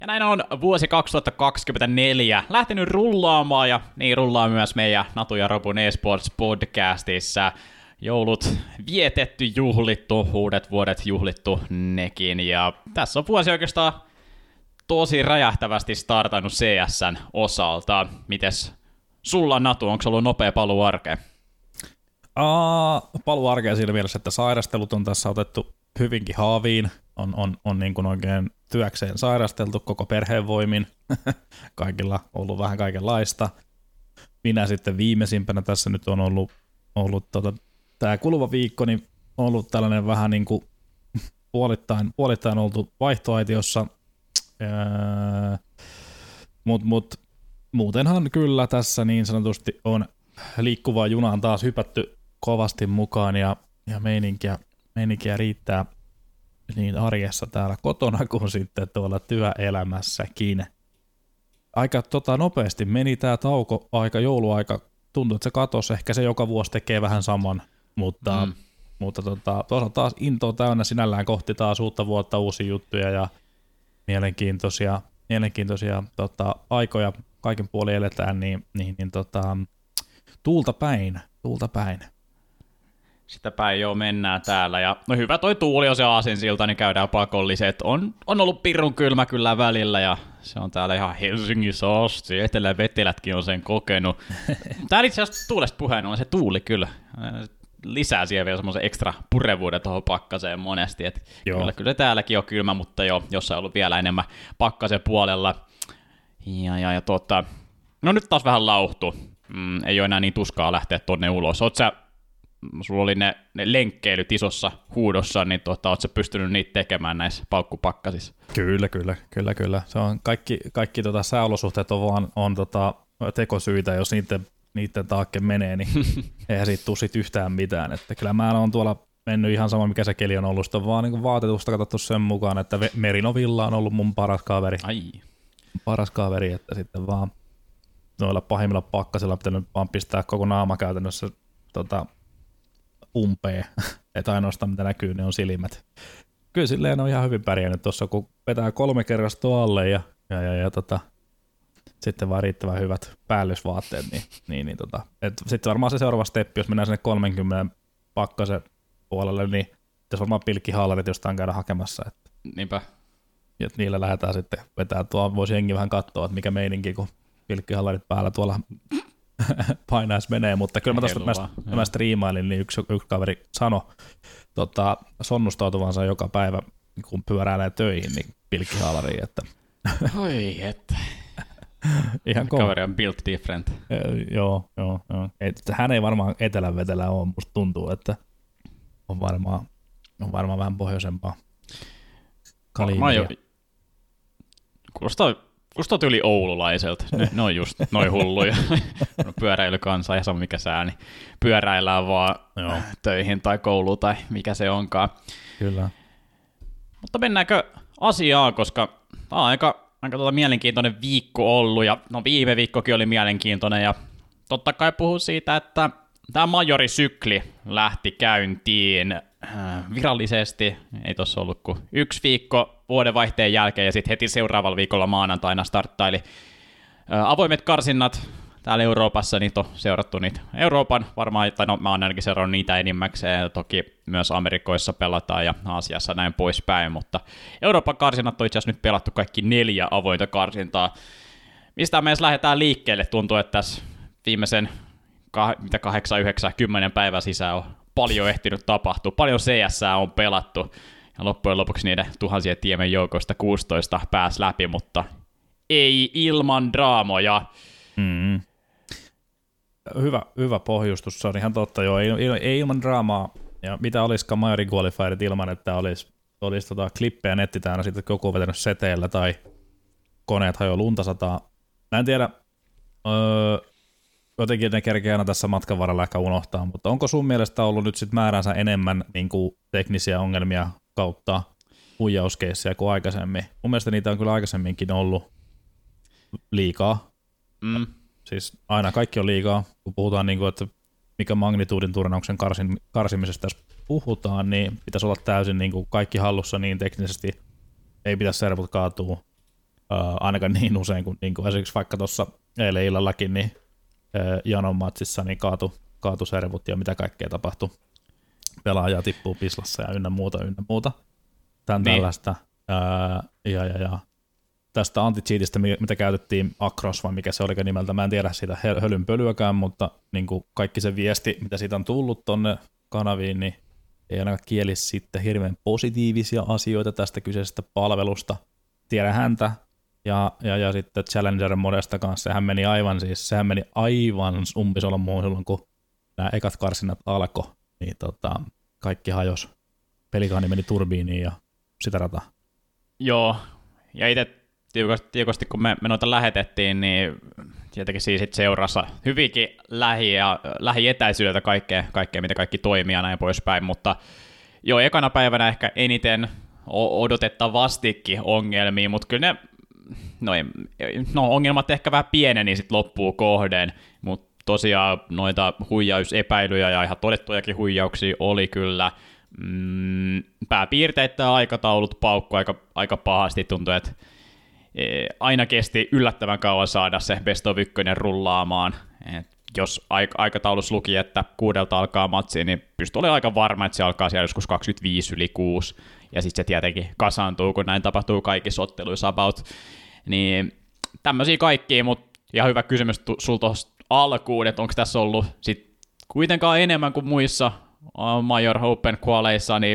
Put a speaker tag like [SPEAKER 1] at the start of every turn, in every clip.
[SPEAKER 1] Ja näin on vuosi 2024 lähtenyt rullaamaan, ja niin rullaa myös meidän Natu ja Robun eSports podcastissa. Joulut vietetty, juhlittu, uudet vuodet juhlittu nekin, ja tässä on vuosi oikeastaan tosi räjähtävästi startannut CS:n osalta. Mites sulla, Natu, onko ollut nopea paluu arkeen?
[SPEAKER 2] Paluu arkeen siinä mielessä, että sairastelut on tässä otettu hyvinkin haaviin. On niin kuin oikein työkseen sairasteltu koko perheen voimin. Kaikilla on ollut vähän kaikenlaista. Minä sitten viimeisimpänä tässä nyt on ollut tämä kuluva viikko, niin on ollut tällainen vähän niin kuin puolittain oltu vaihtoaitiossa. Muutenhan kyllä tässä niin sanotusti on liikkuvaa junaan taas hypätty kovasti mukaan ja meininkiä riittää niin arjessa täällä kotona kuin sitten tuolla työelämässäkin. Aika nopeasti meni tämä jouluaika. Tuntuu, että se katosi. Ehkä se joka vuosi tekee vähän saman, mutta tuossa taas intoa täynnä sinällään kohti taas uutta vuotta, uusia juttuja ja mielenkiintoisia aikoja kaiken puolin eletään, niin tuulta päin.
[SPEAKER 1] Sitä päin jo mennään täällä, ja no hyvä toi tuuli on se aasinsilta, niin käydään pakolliset. On ollut pirun kylmä kyllä välillä, ja se on täällä ihan Helsingissä asti, Etelä-Vetelätkin on sen kokenut. Täällä itse asiassa tuulesta puheen on se tuuli kyllä. Lisää siihen vielä semmoisen ekstra purevuuden tuohon pakkaseen monesti, että kyllä täälläkin on kylmä, mutta jo jossain ollut vielä enemmän pakkasen puolella. No nyt taas vähän lauhtu. Ei ole enää niin tuskaa lähteä tonne ulos. Sulla oli ne lenkkeilyt isossa huudossa, niin ootko sä pystynyt niitä tekemään näissä paukkupakkasissa?
[SPEAKER 2] Kyllä. Se on kaikki sääolosuhteet on tekosyitä, jos niiden taakke menee, niin eihän siitä tule yhtään mitään. Että kyllä mä oon tuolla mennyt ihan sama, mikä se keli on ollut. Sitä on vaan niin vaatetusta katsottu sen mukaan, että Merinovilla on ollut mun paras kaveri. Paras kaveri, että sitten vaan noilla pahimmilla pakkasilla pitänyt vaan pistää koko naama käytännössä umpeen, että ainoastaan mitä näkyy, ne on silmät. Kyllä silleen on ihan hyvin pärjännyt tuossa, kun vetää 3 kerrasta alle ja sitten vaan riittävän hyvät päällysvaatteet, niin sitten varmaan se seuraava steppi, jos mennään sinne 30 pakkasen puolelle, niin tässä varmaan pilkkihallarit jostain käydä hakemassa. Että
[SPEAKER 1] niinpä.
[SPEAKER 2] Ja niillä lähdetään sitten vetää tuolla, voisi jengi vähän katsoa, että mikä meininki, kun pilkkihallarit päällä tuolla painaisi menee, mutta kyllä mä tuosta mä striimailin, niin yksi kaveri sanoi sonnustautuvansa joka päivä, kun pyöräilee töihin, niin pilkkihaalariin, että
[SPEAKER 1] oi, että
[SPEAKER 2] ihan
[SPEAKER 1] kaveri on built different.
[SPEAKER 2] Joo. Hän ei varmaan etelänvetelä ole, musta tuntuu, että on varmaan vähän pohjoisempaa kaliinia.
[SPEAKER 1] Kuulostaa tyyli oululaiselta. Ne on just noin hulluja. Pyöräilykansa ja sama mikä sää, niin pyöräillään vaan töihin tai kouluun tai mikä se onkaan.
[SPEAKER 2] Kyllä.
[SPEAKER 1] Mutta mennäänkö asiaan, koska tämä on aika mielenkiintoinen viikko ollut, ja no viime viikkokin oli mielenkiintoinen, ja totta kai puhuu siitä, että tämä majorisykli lähti käyntiin virallisesti, ei tuossa ollut kuin 1 viikko vuodenvaihteen jälkeen, ja sitten heti seuraavalla viikolla maanantaina starttaili avoimet karsinnat täällä Euroopassa, niin on seurattu niitä Euroopan varmaan, tai no mä oon ainakin seurannut niitä enimmäkseen, toki myös Amerikoissa pelataan ja Aasiassa näin poispäin, mutta Euroopan karsinnat on itse asiassa nyt pelattu kaikki 4 avointa karsintaa. Mistä me edes lähdetään liikkeelle? Tuntuu, että tässä viimeisen 8, 9, 10 päivän sisään on paljon ehtinyt tapahtua, paljon CS on pelattu, ja loppujen lopuksi niiden tuhansien tiimen joukoista 16 pääsi läpi, mutta ei ilman draamoja.
[SPEAKER 2] Hyvä pohjustus, se on ihan totta, joo, ei ilman draamaa, ja mitä olisikaan Majorin qualifierit ilman, että olisi klippejä netti täynnä, sitten joku on vetänyt seteellä, tai koneet hajoaa lunta sataa. Mä en tiedä, jotenkin ne kerkeä aina tässä matkan varrella ehkä unohtaa, mutta onko sun mielestä ollut nyt sit määränsä enemmän niin kuin teknisiä ongelmia kautta huijauskeisseja kuin aikaisemmin? Mun mielestä niitä on kyllä aikaisemminkin ollut liikaa. Siis aina kaikki on liikaa, kun puhutaan, niin kuin, että mikä magnituudin turnauksen karsimisesta jos puhutaan, niin pitäisi olla täysin niin kuin kaikki hallussa niin teknisesti, ei pitäisi servut kaatua. ainakaan niin usein kuin, esimerkiksi vaikka tuossa eilen illallakin, niin Janon matsissa niin kaatu servut ja mitä kaikkea tapahtui. Pelaaja tippuu pislassa ja ynnä muuta. Tän niin. Tällaista. Ja tästä anti-cheatistä, mitä käytettiin Acros, vai mikä se olikaan nimeltä, mä en tiedä siitä hölynpölyäkään, mutta niin kuin kaikki se viesti, mitä siitä on tullut tonne kanaviin, niin ei ainakaan kielisi sitten hirveän positiivisia asioita tästä kyseisestä palvelusta. Tiedän häntä, ja sitten Challenger Modesta kanssa, sehän meni aivan umpisolmuun silloin, kun nämä ekat karsinnat alkoi, niin kaikki hajosi. Pelikaani meni turbiiniin ja sitä rataa. Joo,
[SPEAKER 1] ja itse tiukasti kun me noita lähetettiin, niin tietenkin siis seurassa hyvinkin lähietäisyydeltä kaikkea, mitä kaikki toimii ja näin poispäin, mutta joo, ekana päivänä ehkä eniten odotettavastikin ongelmia, mutta kyllä ongelmat ehkä vähän pieneni sitten loppuun kohden, mutta tosiaan noita huijausepäilyjä ja ihan todettujakin huijauksia oli kyllä. Pääpiirteitä ja aikataulut paukku aika pahasti, tuntui, että aina kesti yllättävän kauan saada se Best of 1 rullaamaan. Et jos aikataulus luki, että 6 alkaa matsi, niin pystyi olemaan aika varma, että se alkaa siellä joskus 25:06, ja sitten se tietenkin kasaantuu, kun näin tapahtuu kaikissa otteluissa about. Niin tämmöisiä kaikkia, mutta ihan hyvä kysymys sulta alkuun, että onko tässä ollut sit kuitenkaan enemmän kuin muissa Major Open qualeissa, niin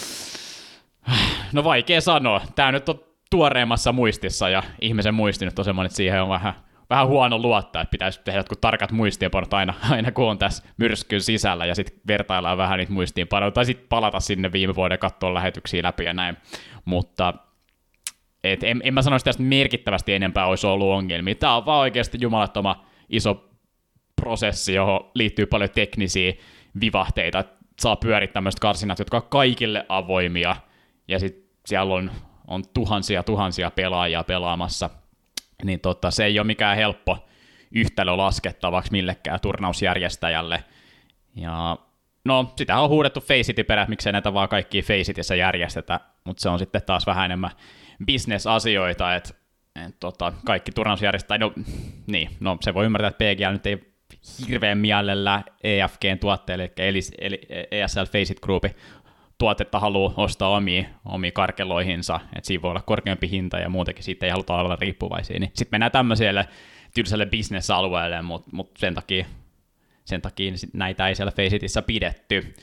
[SPEAKER 1] no vaikea sanoa. Tää nyt on tuoreemmassa muistissa, ja ihmisen muisti nyt on semmoinen, että siihen on vähän huono luottaa, että pitäisi tehdä jotkut tarkat muistiinpanot aina kun on tässä myrskyn sisällä, ja sitten vertaillaan vähän niitä muistiinpanoja, tai sitten palata sinne viime vuoden katsoa lähetyksiä läpi ja näin, mutta en mä sanoisi tästä merkittävästi enempää olisi ollut ongelmia. Tämä on vaan oikeasti jumalattoma iso prosessi, johon liittyy paljon teknisiä vivahteita, että saa pyörittää tämmöiset karsinat, jotka on kaikille avoimia, ja sitten siellä on tuhansia pelaajia pelaamassa, niin se ei ole mikään helppo yhtälö laskettavaksi millekään turnausjärjestäjälle. Ja no, sitä on huudettu Faceit perään, miksei näitä vaan kaikkia Faceitissä järjestetä, mutta se on sitten taas vähän enemmän business-asioita, että kaikki turnausjärjestäjät, no se voi ymmärtää, että PGL nyt ei hirveän mielellä EFGn tuotteille, eli ESL Faceit Groupin tuotetta haluaa ostaa omia karkeloihinsa, että siinä voi olla korkeampi hinta ja muutenkin siitä ei haluta olla riippuvaisia, niin sitten mennään tämmöiselle tylsälle business-alueelle, mutta sen takia näitä ei siellä Faceitissä pidetty.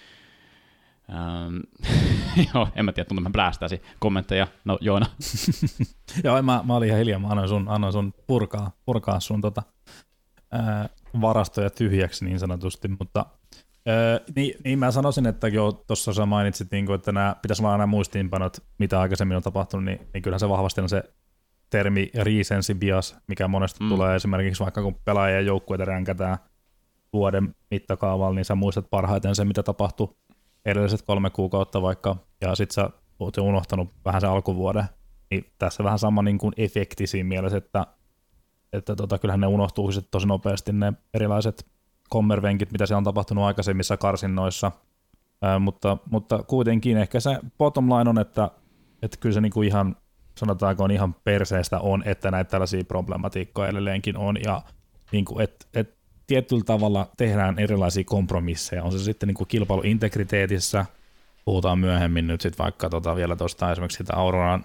[SPEAKER 1] Joo, en mä tiedä, tuntuu mä blästäisin kommentteja. No, Joona.
[SPEAKER 2] Joo, mä olin ihan hiljaa, mä annoin sun purkaa sun varastoja tyhjäksi niin sanotusti, mutta niin mä sanoisin, että jo tuossa sä mainitsit, että nämä pitäisi olla nämä muistiinpanot, mitä aikaisemmin on tapahtunut, niin kyllähän se vahvasti on se termi recency bias, mikä monesti tulee esimerkiksi vaikka kun pelaajien joukkueita ränkätään vuoden mittakaavalla, niin sä muistat parhaiten sen, mitä tapahtui edelliset 3 kuukautta vaikka, ja sit sä oot jo unohtanut vähän sen alkuvuoden, niin tässä vähän sama niin kuin efekti siinä mielessä, että kyllähän ne unohtuu sitten tosi nopeasti ne erilaiset kommervenkit, mitä siellä on tapahtunut aikaisemmissa karsinnoissa, mutta kuitenkin ehkä se bottom line on, että kyllä se niinku ihan, sanotaanko on ihan perseestä on, että näitä tällaisia problematiikkoja edelleenkin on, ja niinku, että tietyllä tavalla tehdään erilaisia kompromisseja, on se sitten niinku kilpailuintegriteetissä, puhutaan myöhemmin nyt sitten vaikka vielä tuosta esimerkiksi sitä Auroran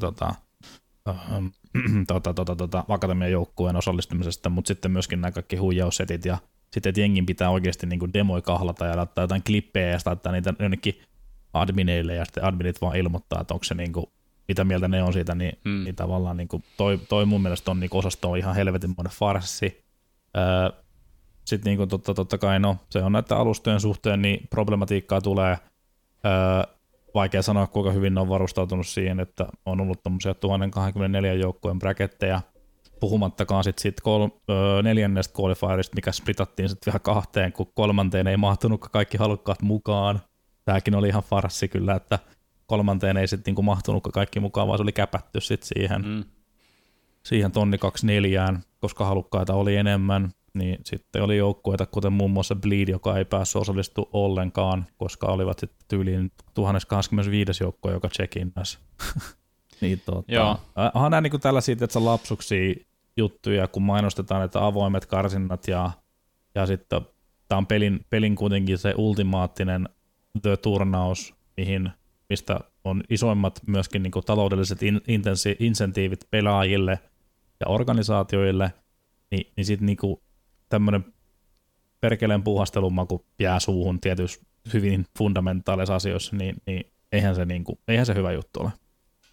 [SPEAKER 2] Akatemian joukkueen osallistumisesta, mutta sitten myöskin nämä kaikki huijaussetit ja sitten, että jengin pitää oikeasti niin kuin demoi kahlata ja laittaa jotain klippejä ja laittaa niitä jonnekin admineille ja sitten adminit vaan ilmoittaa, että onko se niin kuin, mitä mieltä ne on siitä, niin tavallaan niin kuin toi mun mielestä on niin osasto on ihan helvetinmoinen farssi. Sitten niin totta kai se on näiden alustojen suhteen, niin problematiikkaa tulee. Vaikea sanoa, kuinka hyvin ne on varustautunut siihen, että on ollut tommosia 1024 joukkueen bracketteja, puhumattakaan sitten neljännestä qualifierista, mikä splitattiin sitten vielä 2, kun 3. ei mahtunut kaikki halukkaat mukaan. Tämäkin oli ihan farssi kyllä, että 3. ei sitten niinku mahtunut kaikki mukaan, vaan se oli käpätty sitten siihen 1024, koska halukkaita oli enemmän. Niin sitten oli joukkueita, kuten muun muassa Bleed, joka ei päässyt osallistumaan ollenkaan, koska olivat sitten tyyliin 1025 joukkue, joka check-innäsi. Niin,
[SPEAKER 1] Joo.
[SPEAKER 2] onhan nämä niin tällaisia, että lapsuksia juttuja, kun mainostetaan, että avoimet karsinnat ja sitten tämä on pelin kuitenkin se ultimaattinen turnaus, mistä on isoimmat myöskin niin kuin taloudelliset insentiivit pelaajille ja organisaatioille, niin sitten niin tämmöinen perkeleen puuhastelumaku jää suuhun tietysti hyvin fundamentaalisissa asioissa, niin eihän se hyvä juttu ole.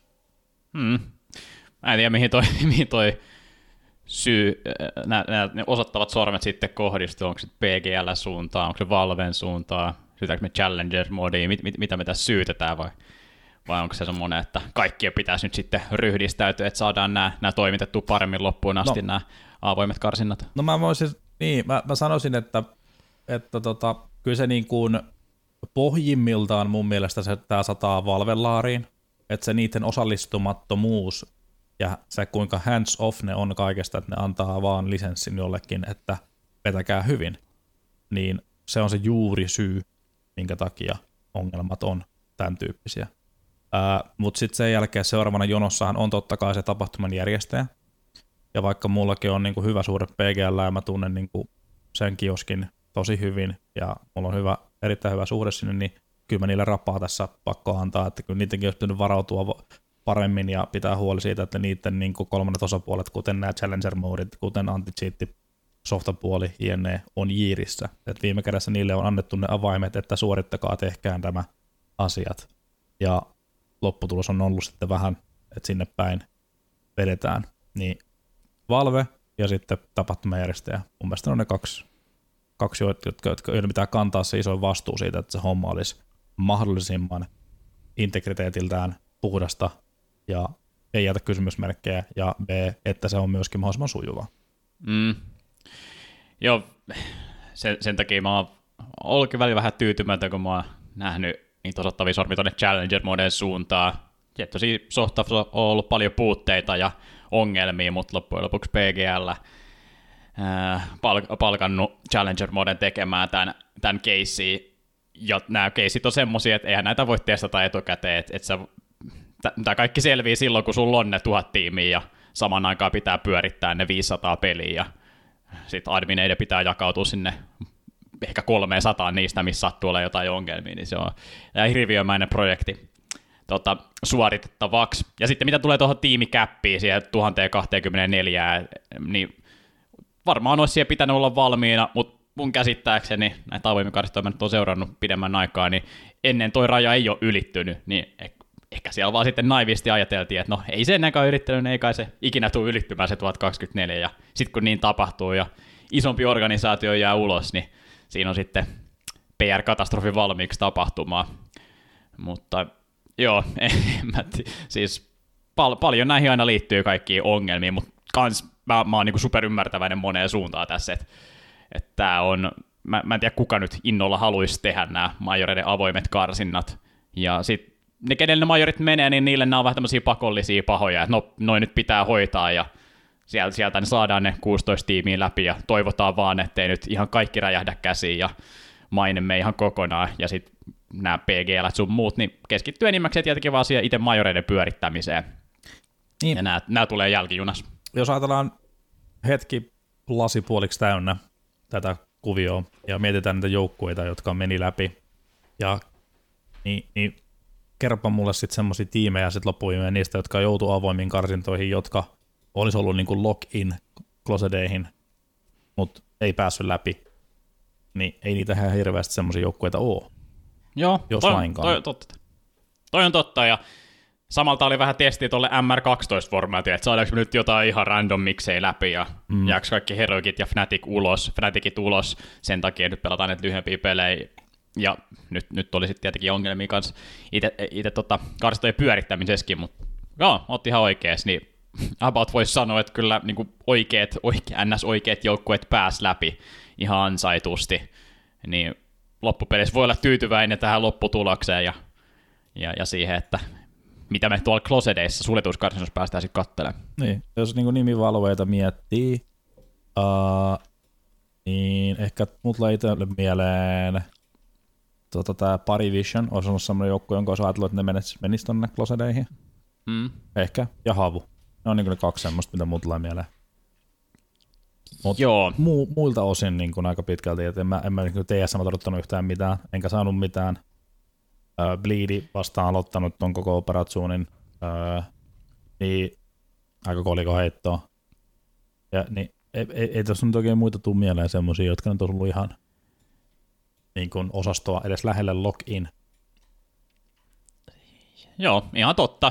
[SPEAKER 1] Mä en tiedä, mihin toi syy, ne osoittavat sormet sitten kohdistuu, onko se PGL-suuntaan, onko se Valven suuntaan, syytääkö me Challenger-modiin, mitä me tässä syytetään vai onko se semmoinen, että kaikkien pitäisi nyt sitten ryhdistäytyä, että saadaan nämä toimitettua paremmin loppuun asti nämä avoimet karsinnat?
[SPEAKER 2] No mä sanoisin, että kyllä se niin kuin pohjimmiltaan mun mielestä tämä sataa Valven-laariin, että se niiden osallistumattomuus ja se kuinka hands off ne on kaikesta, että ne antaa vaan lisenssin jollekin, että vetäkää hyvin, niin se on se juuri syy, minkä takia ongelmat on tämän tyyppisiä. Mutta sitten sen jälkeen seuraavana jonossahan on totta kai se tapahtuman järjestäjä, ja vaikka mullakin on niinku hyvä suhde PGL ja mä tunnen niinku sen kioskin tosi hyvin ja mulla on erittäin hyvä suhde sinne, niin kyllä mä niille rapaa tässä pakko antaa, että kyllä niidenkin olisi pitänyt varautua paremmin ja pitää huoli siitä, että niiden niin kuin kolmannet osapuolet, kuten nämä Challenger-modit, kuten anti-cheat, softapuoli, jne. On jiirissä. Et viime kädessä niille on annettu ne avaimet, että suorittakaa, tehkään tämä asiat. Ja lopputulos on ollut sitten vähän, että sinne päin vedetään. Niin Valve ja sitten tapahtumajärjestäjä. Mun mielestä on ne kaksi joiden pitää kantaa se iso vastuu siitä, että se homma olisi mahdollisimman integriteetiltään puhdasta ja ei jätä kysymysmerkkejä, ja B, että se on myöskin mahdollisimman sujuvaa.
[SPEAKER 1] Joo, sen takia mä oon ollutkin välillä vähän tyytymätön, kun mä oon nähnyt niitä osoittavia sormia tuonne Challenger-moden suuntaan. Ja tosi softassa on ollut paljon puutteita ja ongelmia, mutta loppujen lopuksi PGL palkannut Challenger-moden tekemään tämän casein. Ja nämä caseit on semmosia, että eihän näitä voi testata etukäteen, että tämä kaikki selvii silloin, kun sulla on ne 1000 tiimiä ja saman aikaan pitää pyörittää ne 500 peliä ja sitten admineiden pitää jakautua sinne ehkä 300 niistä, missä sattuu olla jotain ongelmia, niin se on hirviömäinen projekti suoritettavaksi. Ja sitten mitä tulee tuohon tiimikäppiin, siihen 1024, niin varmaan olisi siihen pitänyt olla valmiina, mutta mun käsittääkseni, näitä avoimia karsistoja mä nyt on seurannut pidemmän aikaa, niin ennen toi raja ei ole ylittynyt, niin ehkä siellä vaan sitten naivisti ajateltiin, että no ei se ennenkaan yrittänyt, niin ei kai se ikinä tule ylittymään se 1024, ja sitten kun niin tapahtuu ja isompi organisaatio jää ulos, niin siinä on sitten PR-katastrofi valmiiksi tapahtumaan. Mutta joo, siis paljon näihin aina liittyy kaikkiin ongelmiin, mutta kans mä oon niinku superymmärtäväinen moneen suuntaan tässä, että tää on, mä en tiedä kuka nyt innolla haluaisi tehdä nämä majoreiden avoimet karsinnat, ja sitten ne, kenelle ne majorit menee, niin niille nämä on vähän tämmöisiä pakollisia pahoja, että no, noin nyt pitää hoitaa, ja sieltä ne saadaan ne 16 tiimiä läpi, ja toivotaan vaan, ettei nyt ihan kaikki räjähdä käsiin, ja maine me ihan kokonaan, ja sitten nämä PGL sun muut, niin keskittyy enimmäkseen tietenkin vaan siihen itse majoreiden pyörittämiseen, niin. Ja nämä tulee jälkijunas. Jos
[SPEAKER 2] ajatellaan hetki lasipuoliksi täynnä tätä kuvioa, ja mietitään niitä joukkueita, jotka meni läpi, ja niin kerropa mulle sitten semmoisia tiimejä sit loppuviimeen niistä, jotka joutuu avoimiin karsintoihin, jotka olisi ollut niinku lock-in closedeihin, mutta ei päässyt läpi. Niin ei niitä ihan hirveästi semmoisia joukkueita ole.
[SPEAKER 1] Joo,
[SPEAKER 2] jos lainkaan.
[SPEAKER 1] Toi on totta, ja samalta oli vähän testi tuolle MR12-formaatiin, että saadaanko me nyt jotain ihan random miksei läpi, ja jääkö kaikki Heroikit ja Fnaticit ulos sen takia, nyt pelataan näitä lyhyempiä pelejä. Ja nyt oli sitten tietenkin ongelmia kanssa itse karstojen pyörittämisessäkin, mutta joo, otti ihan oikeassa, niin about voisi sanoa, että kyllä niin oikeat joukkueet pääsi läpi ihan ansaitusti, niin loppupeleissä voi olla tyytyväinen tähän lopputulokseen ja siihen, että mitä me tuolla closedeissa suljetuskarsinnossa päästään sitten katselemaan.
[SPEAKER 2] Niin, jos niin nimivalveita miettii, niin ehkä mut tulee itselle mieleen tämä Parivision olisi ollut sellainen joukko, jonka olisi ajatellut, että ne menisi tuonne closedeihin. Ehkä, ja Havu. Ne on niin kuin ne kaksi semmoista, mitä muut tulee mieleen. Mut
[SPEAKER 1] Joo.
[SPEAKER 2] Muilta osin niin kuin aika pitkälti, että en mä niin TSM odottanut yhtään mitään, enkä saanut mitään. Bleedi vastaan aloittanut ton koko operatsuunin, niin aika koliko heittoa. Ja niin, ei tässä nyt oikein muita tule mieleen semmosia, jotka nyt on ollut ihan niin kuin osastoa edes lähelle lock-in.
[SPEAKER 1] Joo, ihan totta.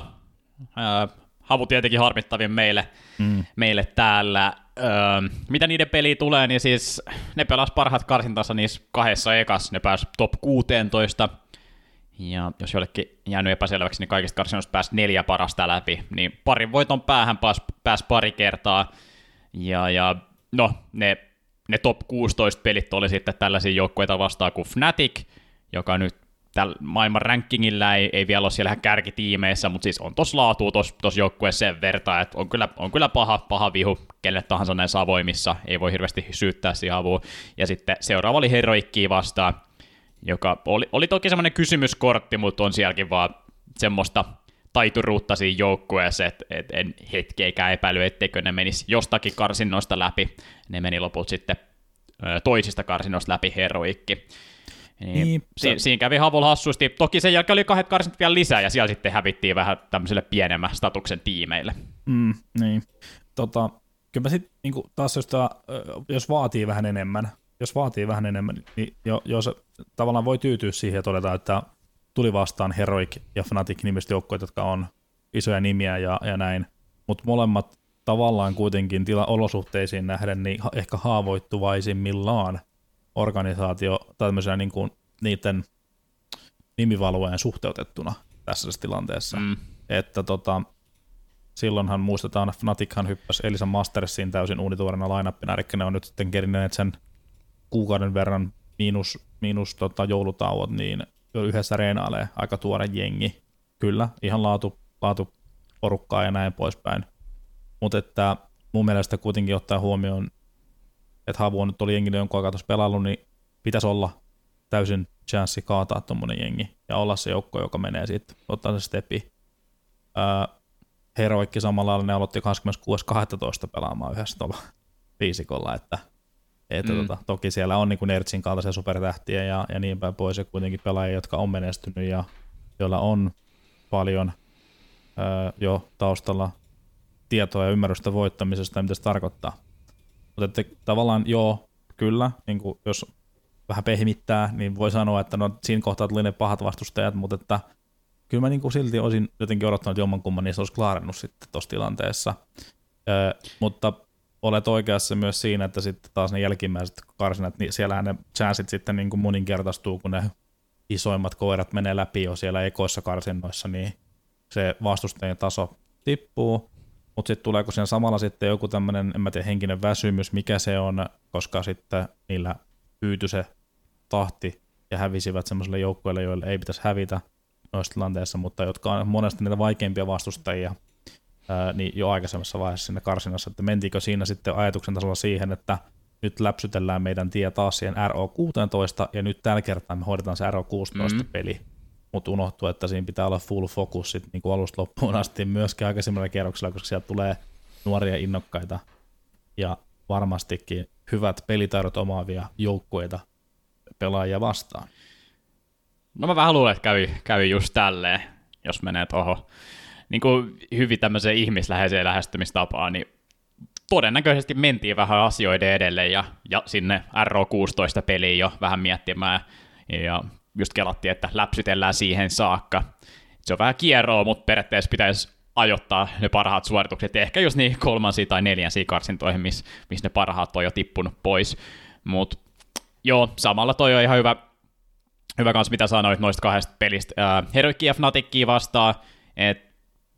[SPEAKER 1] Havu tietenkin harmittavin meille täällä. Mitä niiden peliin tulee, niin siis ne pelas parhaat karsintansa niissä kahdessa ekassa, ne pääsi top 16, ja jos jollekin jäänyt epäselväksi, niin kaikista karsinnoista pääsi 4 parasta läpi, niin parin voiton päähän pääsi pari kertaa, ja no, ne top 16 pelit oli sitten tällaisia joukkueita vastaan kuin Fnatic, joka nyt tällä maailman rankingillä ei vielä ole siellä ihan kärkitiimeissä, mutta siis on tossa laatua tossa joukkueessa sen verran, että on kyllä paha vihu kelle tahansa näissä avoimissa, ei voi hirveästi syyttää siihen avuun. Ja sitten seuraava oli Heroikkiä vastaan, joka oli toki semmoinen kysymyskortti, mutta on sielläkin vaan semmoista taituruutta siinä joukkueessa, että en hetkeäkään epäily, etteikö ne menisi jostakin karsinnoista läpi. Ne meni loput sitten toisista karsinnoista läpi Heroikki. Niin, siinä kävi Havulla hassusti. Toki sen jälkeen oli 2 karsinat vielä lisää, ja siellä sitten hävittiin vähän tämmöiselle pienemmän statuksen tiimeille.
[SPEAKER 2] Niin. Kyllä mä sitten niin taas, jos vaatii vähän enemmän, niin jos tavallaan voi tyytyä siihen ja todeta, että tuli vastaan Heroic ja Fnatic nimistä joukkoja, jotka on isoja nimiä ja näin, mutta molemmat tavallaan kuitenkin olosuhteisiin nähden niin ehkä haavoittuvaisimmillaan organisaatio tämmöisenä niin kuin niiden nimivalueen suhteutettuna tässä tilanteessa. Että silloinhan muistetaan, Fnatichan hyppäsi Elisa Mastersiin täysin uunituorena line-upina, eli ne on nyt sitten kerineet sen kuukauden verran miinus joulutauot, niin yhdessä reenailee aika tuore jengi. Kyllä, ihan laatu porukkaa ja näin poispäin. Mutta että mun mielestä kuitenkin ottaa huomioon, että Havu on nyt oli jengi jonkun aikaa tuossa pelannut, niin pitäisi olla täysin chanssi kaataa tuommoinen jengi ja olla se joukko, joka menee sitten, ottaa se stepi. Heroikki samalla lailla, ne aloitti 26.12. pelaamaan yhdessä tuolla viisikolla, että toki siellä on niin kuin Nertsin kaltaisia supertähtiä ja niin päin pois, ja kuitenkin pelaajia, jotka on menestynyt ja joilla on paljon jo taustalla tietoa ja ymmärrystä voittamisesta ja mitä se tarkoittaa. Mutta tavallaan joo, kyllä, niin kuin jos vähän pehmittää, niin voi sanoa, että no siinä kohtaa tuli ne pahat vastustajat, mutta että kyllä mä niin kuin silti olisin jotenkin odottanut, että jommankumman niistä olisi klaarannut sitten tuossa tilanteessa. Mutta olet oikeassa myös siinä, että sitten taas ne jälkimmäiset karsinat, niin siellähän ne chanssit sitten niin kuin moninkertaistuu, kun ne isoimmat koirat menee läpi jo siellä ekoissa karsinnoissa, niin se vastustajien taso tippuu. Mutta sitten tuleeko siinä samalla sitten joku tämmöinen, en mä tiedä, henkinen väsymys, mikä se on, koska sitten niillä hyytyi se tahti ja hävisivät semmoiselle joukkueelle, joille ei pitäisi hävitä noissa tilanteissa, mutta jotka on monesti niitä vaikeimpia vastustajia, niin jo aikaisemmassa vaiheessa sinne karsinassa, että mentiinkö siinä sitten ajatuksen tasolla siihen, että nyt läpsytellään meidän tie taas siihen RO16 ja nyt tällä kertaa me hoidetaan se RO16-peli, mutta unohtuu, että siinä pitää olla full focus sit niin kuin alusta loppuun asti myöskin aikaisemmilla kierroksilla, koska sieltä tulee nuoria innokkaita ja varmastikin hyvät pelitaidot omaavia joukkueita pelaajia vastaan.
[SPEAKER 1] No mä vähän luulen, että kävi just tälleen, jos menee tuohon niin kuin hyvin tämmöiseen ihmisläheiseen lähestymistapaan, niin todennäköisesti mentiin vähän asioiden edelle ja sinne RO16-peliin jo vähän miettimään ja just kelattiin, että läpsytellään siihen saakka. Se on vähän kierroa, mutta periaatteessa pitäisi ajoittaa ne parhaat suoritukset, ehkä just niin 3. tai 4. karsintoihin, missä ne parhaat on jo tippunut pois. Mutta joo, samalla toi on ihan hyvä kanssa, mitä sanoit noista 2 pelistä. Heroikki ja Fnatickia vastaan, että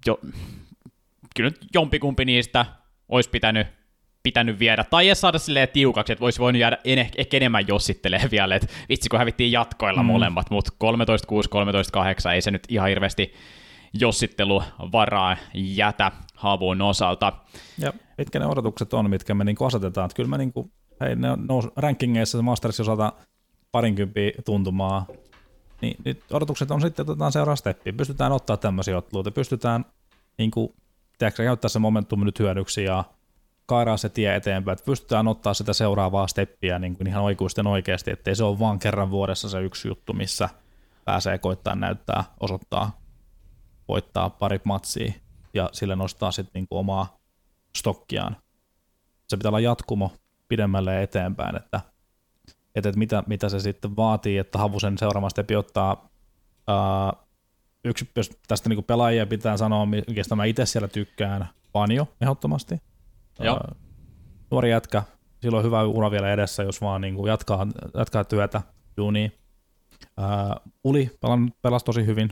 [SPEAKER 1] kyllä nyt jompikumpi niistä olisi pitänyt viedä, tai edes saada silleen tiukaksi, että voisi voinut jäädä ehkä enemmän jossittelee vielä, että vitsi kun hävittiin jatkoilla molemmat, mutta 13-6, 13-8 ei se nyt ihan hirveästi jossitteluvaraa jätä Havun osalta. Ja
[SPEAKER 2] mitkä ne odotukset on, mitkä me niinku asetetaan, että kyllä me niinku, hei ne rankingeissa Mastersin osalta 20 tuntumaa, niin nyt odotukset on sitten, otetaan seuraava steppi, pystytään ottaa tämmöisiä otteluita, pystytään niin kuin, tiedätkö, käyttää se momentum nyt hyödyksi ja kairaa se tie eteenpäin, että pystytään ottaa sitä seuraavaa steppiä niin kuin ihan oikuisten oikeasti, ettei se ole vaan kerran vuodessa se yksi juttu, missä pääsee koittaa näyttää, osoittaa, voittaa parit matsia ja sille nostaa sitten niin kuin omaa stokkiaan. Se pitää olla jatkumo pidemmälle eteenpäin, että mitä se sitten vaatii, että Havusen seuraava steppi ottaa yksi, jos tästä niin pelaajia pitää sanoa, mistä mä itse siellä tykkään, Panjo ehdottomasti. Nuori jätkä, sillä on hyvä ura vielä edessä, jos vaan niin kuin jatkaa työtä, duunia. Uli pelasi tosi hyvin.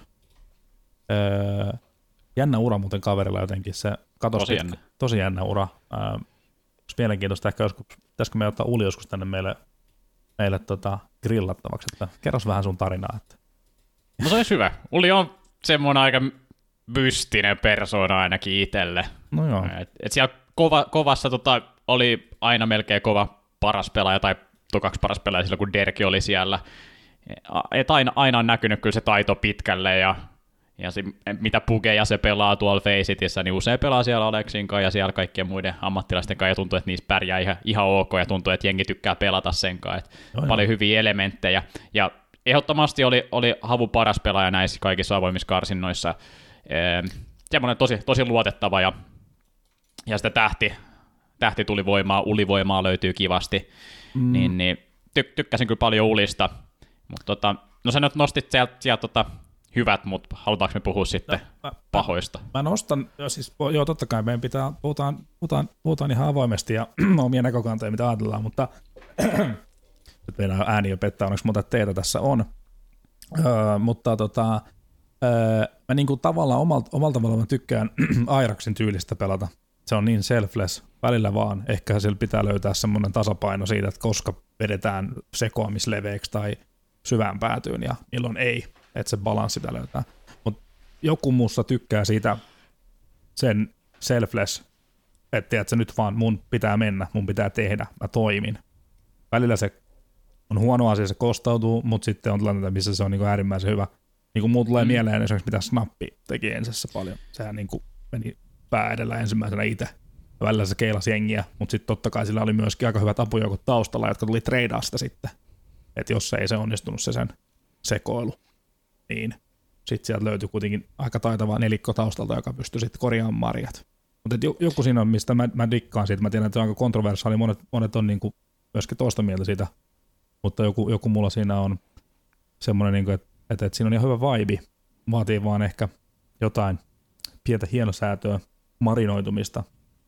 [SPEAKER 2] Jännä ura muuten kaverilla jotenkin, se tosi jännä ura. Olisi mielenkiintoista ehkä joskus, pitäisikö me ottaa Uli joskus tänne meille grillattavaksi, että kerros vähän sun tarinaa. Että.
[SPEAKER 1] No se olisi hyvä. Uli on semmoinen aika mystinen persoona ainakin itselle.
[SPEAKER 2] No joo.
[SPEAKER 1] Et siellä kovassa oli aina melkein kova paras pelaaja tai tokaksi paras pelaaja silloin, kun Derki oli siellä. Et aina on näkynyt kyllä se taito pitkälle ja se, mitä pugeja se pelaa tuolla Facetissä, niin usein pelaa siellä Aleksin kanssa ja siellä kaikkien muiden ammattilaisten kanssa ja tuntuu, että niissä pärjää ihan ok ja tuntuu, että jengi tykkää pelata sen kanssa. Paljon hyviä elementtejä ja ehdottomasti oli Havu paras pelaaja näissä kaikissa avoimissa karsinnoissa. Semmoinen tosi luotettava ja sitä tähti tuli voimaa, Ulivoimaa löytyy kivasti, niin tykkäsin kyllä paljon Ulista, mutta no sä nyt nostit sieltä hyvät, mutta halutaanko me puhua sitten pahoista?
[SPEAKER 2] Mä nostan, joo totta kai meidän puhutaan ihan avoimesti ja omia näkökantoja, mitä ajatellaan, mutta nyt meidän ääni jo pettää, onneksi muuta teitä tässä on, mutta mä niin kuin tavallaan omalla tavalla mä tykkään Airaxin tyylistä pelata. Se on niin selfless, välillä vaan. Ehkä siellä pitää löytää semmoinen tasapaino siitä, että koska vedetään sekoamisleveeksi tai syvään päätyyn ja milloin ei, että se balanssi pitää löytää. Mutta joku muussa tykkää siitä sen selfless, että se nyt vaan mun pitää mennä, mun pitää tehdä, mä toimin. Välillä se on huono asia, se kostautuu, mutta sitten on tilanteita, missä se on niin kuin äärimmäisen hyvä. Niin kuin muu tulee mieleen esimerkiksi, mitä Snappi teki ensessä paljon. Sehän niin kuin meni pää edellä ensimmäisenä itse. Välillä se keilasi jengiä, mutta sitten totta kai sillä oli myöskin aika hyvät apujoukot taustalla, jotka tuli treidaa sitä sitten. Että jos ei se onnistunut se sen sekoilu, niin sitten sieltä löytyi kuitenkin aika taitava nelikko taustalta, joka pystyi sitten korjaamaan marjat. Mutta joku siinä on, mistä mä dikkaan siitä. Mä tiedän, että se on aika kontroversiaali, monet on niin kuin myöskin toista mieltä siitä, mutta joku mulla siinä on semmoinen, niin kuin, että siinä on ihan hyvä vibe, vaatii vaan ehkä jotain pientä hienosäätöä, marinoitumista.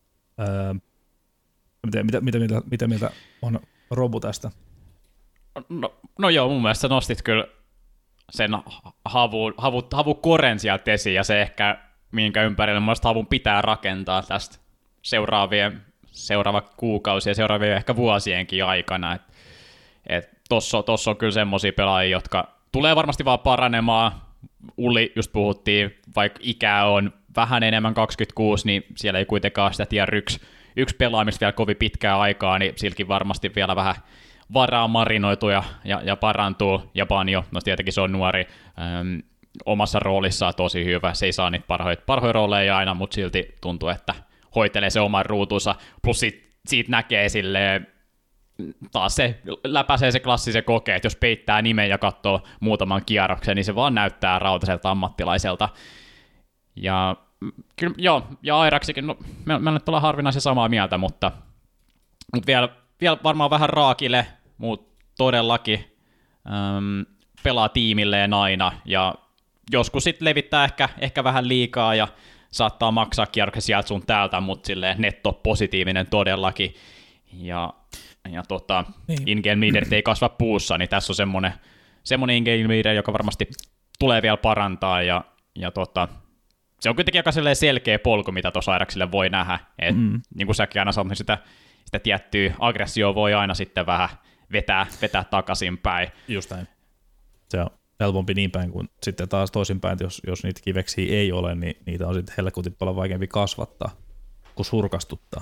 [SPEAKER 2] Mitä mieltä on Robu tästä?
[SPEAKER 1] No joo, mun mielestä sä nostit kyllä sen havukoren sieltä esiin, ja se ehkä, minkä ympärille mun mielestä havun pitää rakentaa tästä seuraava kuukausi ja seuraavien ehkä vuosienkin aikana. Tossa on kyllä semmosia pelaajia, jotka tulee varmasti vaan paranemaan. Uli, just puhuttiin, vaikka ikää on vähän enemmän 26, niin siellä ei kuitenkaan sitä tiedä yksi pelaamista vielä kovin pitkää aikaa, niin silläkin varmasti vielä vähän varaa marinoitua ja parantuu. Ja Banjo, no tietenkin se on nuori, omassa roolissaan tosi hyvä, se ei saa niitä parhoja rooleja aina, mutta silti tuntuu, että hoitelee se oman ruutunsa, plus siitä näkee silleen, taas se läpäisee se klassisen kokeen, että jos peittää nimen ja katsoo muutaman kierroksen, niin se vaan näyttää rautaiselta ammattilaiselta. Ja kyllä, joo, ja Airaxikin, no, me nyt ollaan harvinaisen samaa mieltä, mutta vielä varmaan vähän raakille, mutta todellakin pelaa tiimilleen aina, ja joskus sitten levittää ehkä vähän liikaa, ja saattaa maksaa kierroksen sieltä sun täältä, mutta silleen netto positiivinen todellakin, ja niin. In-game leaderit ei kasva puussa, niin tässä on semmoinen in-game leader, joka varmasti tulee vielä parantaa, ja se on kuitenkin aika selkeä polku, mitä tuossa Airaxille voi nähdä, niin kuin säkin aina sanot, niin sitä tiettyä aggressioa voi aina sitten vähän vetää takaisinpäin.
[SPEAKER 2] Just näin. Se on helpompi niin päin kuin sitten taas toisinpäin, että jos niitä kiveksiä ei ole, niin niitä on sitten helkutit paljon vaikeampi kasvattaa kuin surkastuttaa.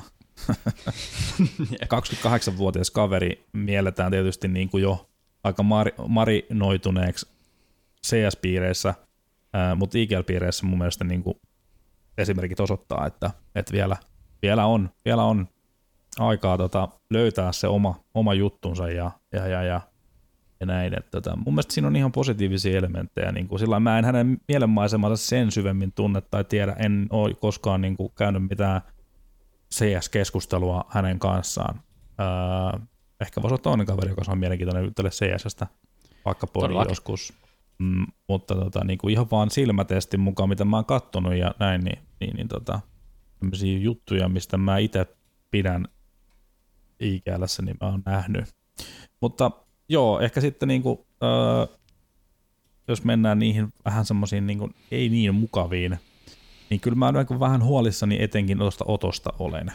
[SPEAKER 2] 28-vuotias kaveri mielletään tietysti niin kuin jo aika marinoituneeksi CS-piireissä, mutta IGL-piireissä mun mielestä niin kuin esimerkit osoittaa, että vielä on aikaa löytää se oma juttunsa ja näin. Mun mielestä siinä on ihan positiivisia elementtejä. Niin kuin sillä mä en hänen mielenmaisemansa sen syvemmin tunne tai tiedä, en ole koskaan niin kuin käynyt mitään CS-keskustelua hänen kanssaan. Ehkä voisi olla toinen kaveri, joka on mielenkiintoinen juttelee CS:stä vaikka pori joskus. Mutta niin kuin ihan vaan silmätestin mukaan, mitä mä oon kattonut ja näin, niin tämmöisiä juttuja, mistä mä itse pidän IGL:ssä, niin mä oon nähnyt. Mutta joo, ehkä sitten niinku, jos mennään niihin vähän semmoisiin niinku, ei niin mukaviin, niin kyllä mä olen vähän huolissani etenkin tuosta Otosta olen.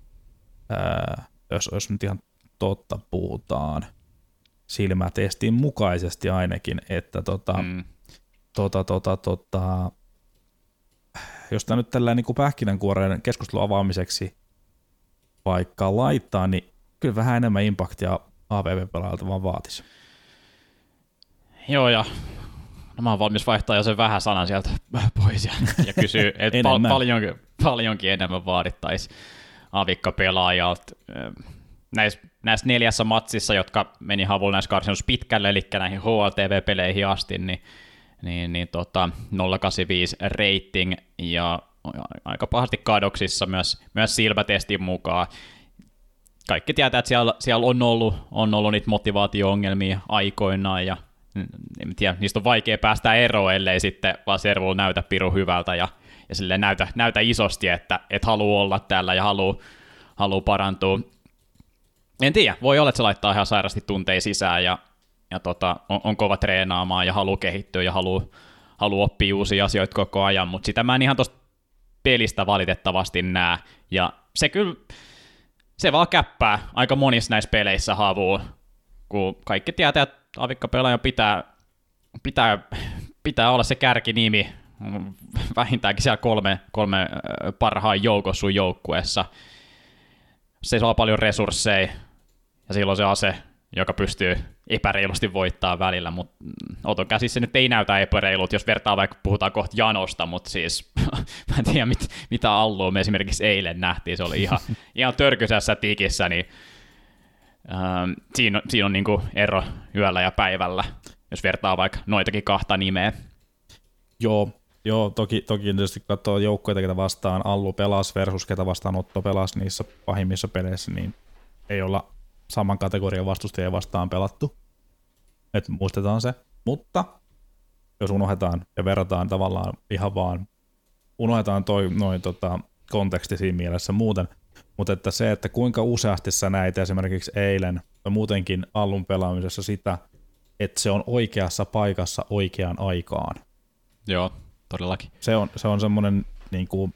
[SPEAKER 2] Jos nyt ihan totta puhutaan silmätestin mukaisesti ainakin, että jos tämä nyt tällä niin kuin pähkinänkuoreen keskustelun avaamiseksi vaikka laittaa, niin kyllä vähän enemmän impaktia AVP-pelaajalta vaan vaatisi.
[SPEAKER 1] Joo, ja no mä oon valmis vaihtaa jo sen vähän sanan sieltä pois ja kysyä, että paljonkin enemmän vaadittaisiin avikkapelaajalta. Näissä 4 matsissa, jotka meni Havulla näissä karsinnoissa pitkälle, eli näihin HLTV-peleihin asti, niin 085 rating ja aika pahasti kadoksissa myös silmätestin mukaan. Kaikki tietää, että siellä on ollut niitä motivaatio-ongelmia aikoinaan, ja en tiedä, niistä on vaikea päästä eroon, ellei sitten vaan servulla näytä pirun hyvältä ja silleen näytä isosti, että haluaa olla täällä ja haluaa parantua. En tiedä, voi olla, että se laittaa ihan sairasti tunteja sisään ja on kova treenaamaan ja haluaa kehittyä ja haluaa oppia uusia asioita koko ajan, mutta sitä mä en ihan tuosta pelistä valitettavasti näe. Ja se vaan käppää aika monissa näissä peleissä Havuun, kun kaikki tietää, että avikkapelaajan pitää olla se kärkinimi vähintäänkin siellä kolme parhaan joukossa sun joukkueessa. Se saa paljon resursseja ja silloin se ase, joka pystyy epäreilusti voittaa välillä, mutta Oton käsissä nyt ei näytä epäreilut, jos vertaa vaikka puhutaan kohta Janosta, mutta siis mä en tiedä mitä Allua me esimerkiksi eilen nähtiin, se oli ihan törkyisessä tikissä, niin siinä on niinku ero yöllä ja päivällä, jos vertaa vaikka noitakin kahta nimeä.
[SPEAKER 2] Joo, toki tietysti katsoo joukkoita, ketä vastaan Allu pelasi versus ketä vastaan Otto pelasi niissä pahimmissa peleissä, niin ei olla saman kategorian vastustajia vastaan pelattu. Et muistetaan se. Mutta jos unohdetaan ja verrataan tavallaan ihan vaan, unohdetaan konteksti siinä mielessä muuten, mutta että se, että kuinka useasti sä näit esimerkiksi eilen ja muutenkin Allun pelaamisessa sitä, että se on oikeassa paikassa oikeaan aikaan.
[SPEAKER 1] Joo, todellakin.
[SPEAKER 2] Se on semmoinen niin kuin,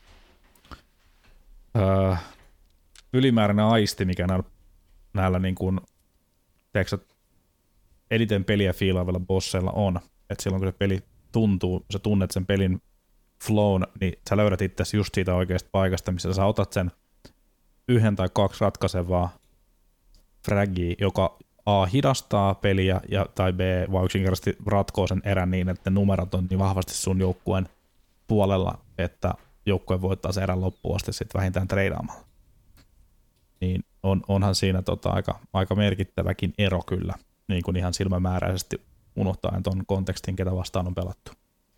[SPEAKER 2] ylimääräinen aisti, mikä näillä niin kuin, teeksä, eniten peliä fiilaavilla bosseilla on. Että silloin kun se peli tuntuu, sä tunnet sen pelin flown, niin sä löydät itsesi just siitä oikeasta paikasta, missä sä otat sen 1 tai 2 ratkaisevaa fragia, joka A hidastaa peliä tai B vaan yksinkertaisesti ratkoo sen erän niin, että ne numerot on niin vahvasti sun joukkueen puolella, että joukkue voittaa sen erän loppuun asti sitten vähintään treidaamalla. Niin onhan siinä aika merkittäväkin ero kyllä, niin kuin ihan silmämääräisesti unohtaen ton kontekstin, ketä vastaan on pelattu.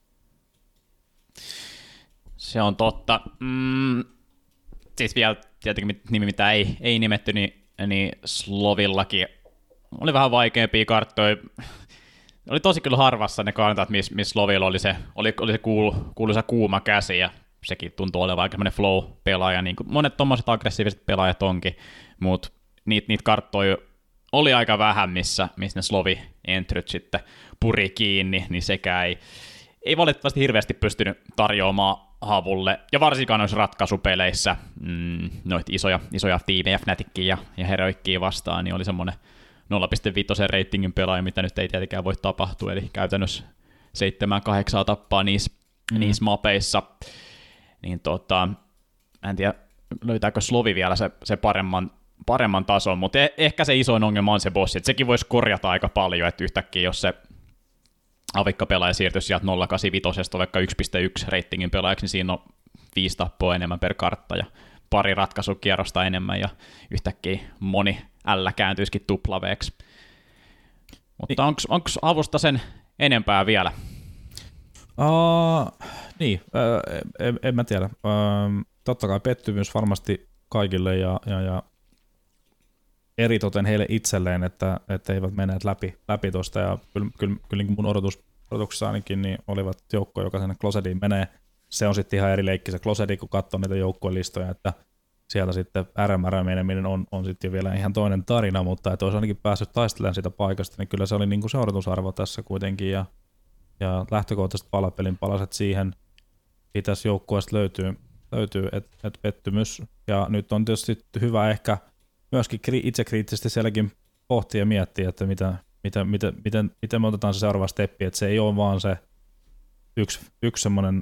[SPEAKER 1] Se on totta. Siis vielä tietenkin nimi, mitä ei nimetty, niin Slovillakin oli vähän vaikeampia karttoja. Oli tosi kyllä harvassa ne kartat, missä Slovilla oli se kuuluisa kuuma käsi, ja sekin tuntuu olevan aika semmoinen flow-pelaaja, niin kuin monet tommoset aggressiiviset pelaajat onkin, mutta niitä karttoja oli aika vähän, missä ne Slovi-entryt sitten puri kiinni, niin sekään ei valitettavasti hirveästi pystynyt tarjoamaan Havulle, ja varsinkaan noissa ratkaisupeleissä noita isoja tiimejä, Fnatickia ja Heroikkia vastaan, niin oli semmoinen 0.5 ratingin pelaaja, mitä nyt ei tietenkään voi tapahtua, eli käytännössä 7-8 tappaa niissä mapeissa. Niin en tiedä, löytääkö Slovi vielä se paremman tason, mutta ehkä se isoin ongelma on se bossi, että sekin voisi korjata aika paljon, että yhtäkkiä jos se avikkapelaaja siirtyisi sieltä 0.85 vaikka 1.1 ratingin pelaajaksi, niin siinä on 5 tappoa enemmän per kartta ja pari ratkaisukierrosta enemmän ja yhtäkkiä moni L kääntyisikin tuplaveeksi. Mutta onko avusta sen enempää vielä?
[SPEAKER 2] Niin, en mä tiedä. Totta kai pettymys varmasti kaikille ja eritoten heille itselleen, että eivät menneet läpi tuosta. Ja kyllä niin mun odotuksessa ainakin niin olivat joukko, joka sinne Closediin menee. Se on sitten ihan eri leikki se Closedi, kun katsoo niitä joukkuelistoja, että siellä sitten RMR meneminen on sitten jo vielä ihan toinen tarina, mutta että olisi ainakin päässyt taistelemaan sitä paikasta, niin kyllä se oli niin kuin se odotusarvo tässä kuitenkin. Ja lähtökohtaisesti palapelin palaset siihen, pitäisi joukkueesta löytyy et pettymys. Ja nyt on tietysti hyvä ehkä myöskin itsekriittisesti sielläkin pohtia ja miettiä, että miten me otetaan se seuraava steppi, että se ei ole vaan se yksi semmoinen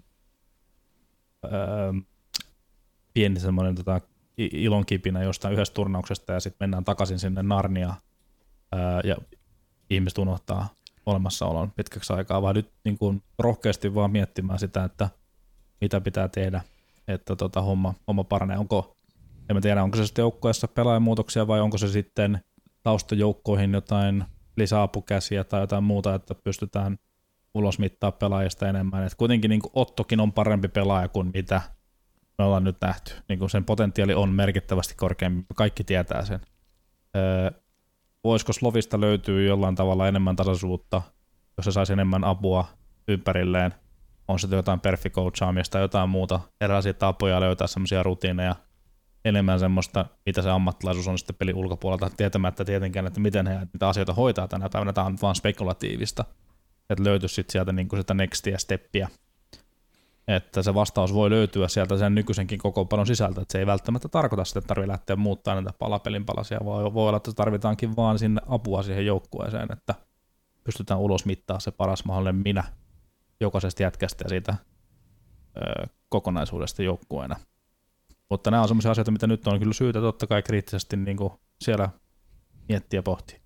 [SPEAKER 2] pieni semmoinen ilonkipinä jostain yhdestä turnauksesta ja sitten mennään takaisin sinne Narniaan ja ihmiset unohtaa olemassaolon pitkäksi aikaa, vaan nyt niin kuin rohkeasti vaan miettimään sitä, että mitä pitää tehdä, että homma paranee. En tiedä, onko se sitten joukkueessa pelaajamuutoksia vai onko se sitten taustajoukkoihin jotain lisäapukäsiä tai jotain muuta, että pystytään ulosmittaa pelaajista enemmän. Et kuitenkin niin kuin Ottokin on parempi pelaaja kuin mitä me ollaan nyt nähty. Niin kuin sen potentiaali on merkittävästi korkeampi, kaikki tietää sen. Voisiko Slovista löytyä jollain tavalla enemmän tasaisuutta, jos se saisi enemmän apua ympärilleen? On se jotain perfikoutsaamista tai jotain muuta, erilaisia tapoja löytää semmoisia rutiineja, enemmän semmoista, mitä se ammattilaisuus on sitten pelin ulkopuolelta, tietämättä tietenkään, että miten he niitä asioita hoitaa tänä päivänä. Tämä on vaan spekulatiivista, että löytyisi sitten sieltä niin kuin sitä nextia, steppiä, että se vastaus voi löytyä sieltä sen nykyisenkin kokoonpanon sisältä, että se ei välttämättä tarkoita sitä, että tarvitsee lähteä muuttamaan näitä palapelin palasia, vaan voi olla, että tarvitaankin vaan sinne apua siihen joukkueeseen, että pystytään ulos mittaa se paras mahdollinen minä jokaisesta jätkästä ja siitä kokonaisuudesta joukkueena. Mutta nämä on sellaisia asioita, mitä nyt on kyllä syytä totta kai kriittisesti niin kuin siellä miettiä ja pohtia.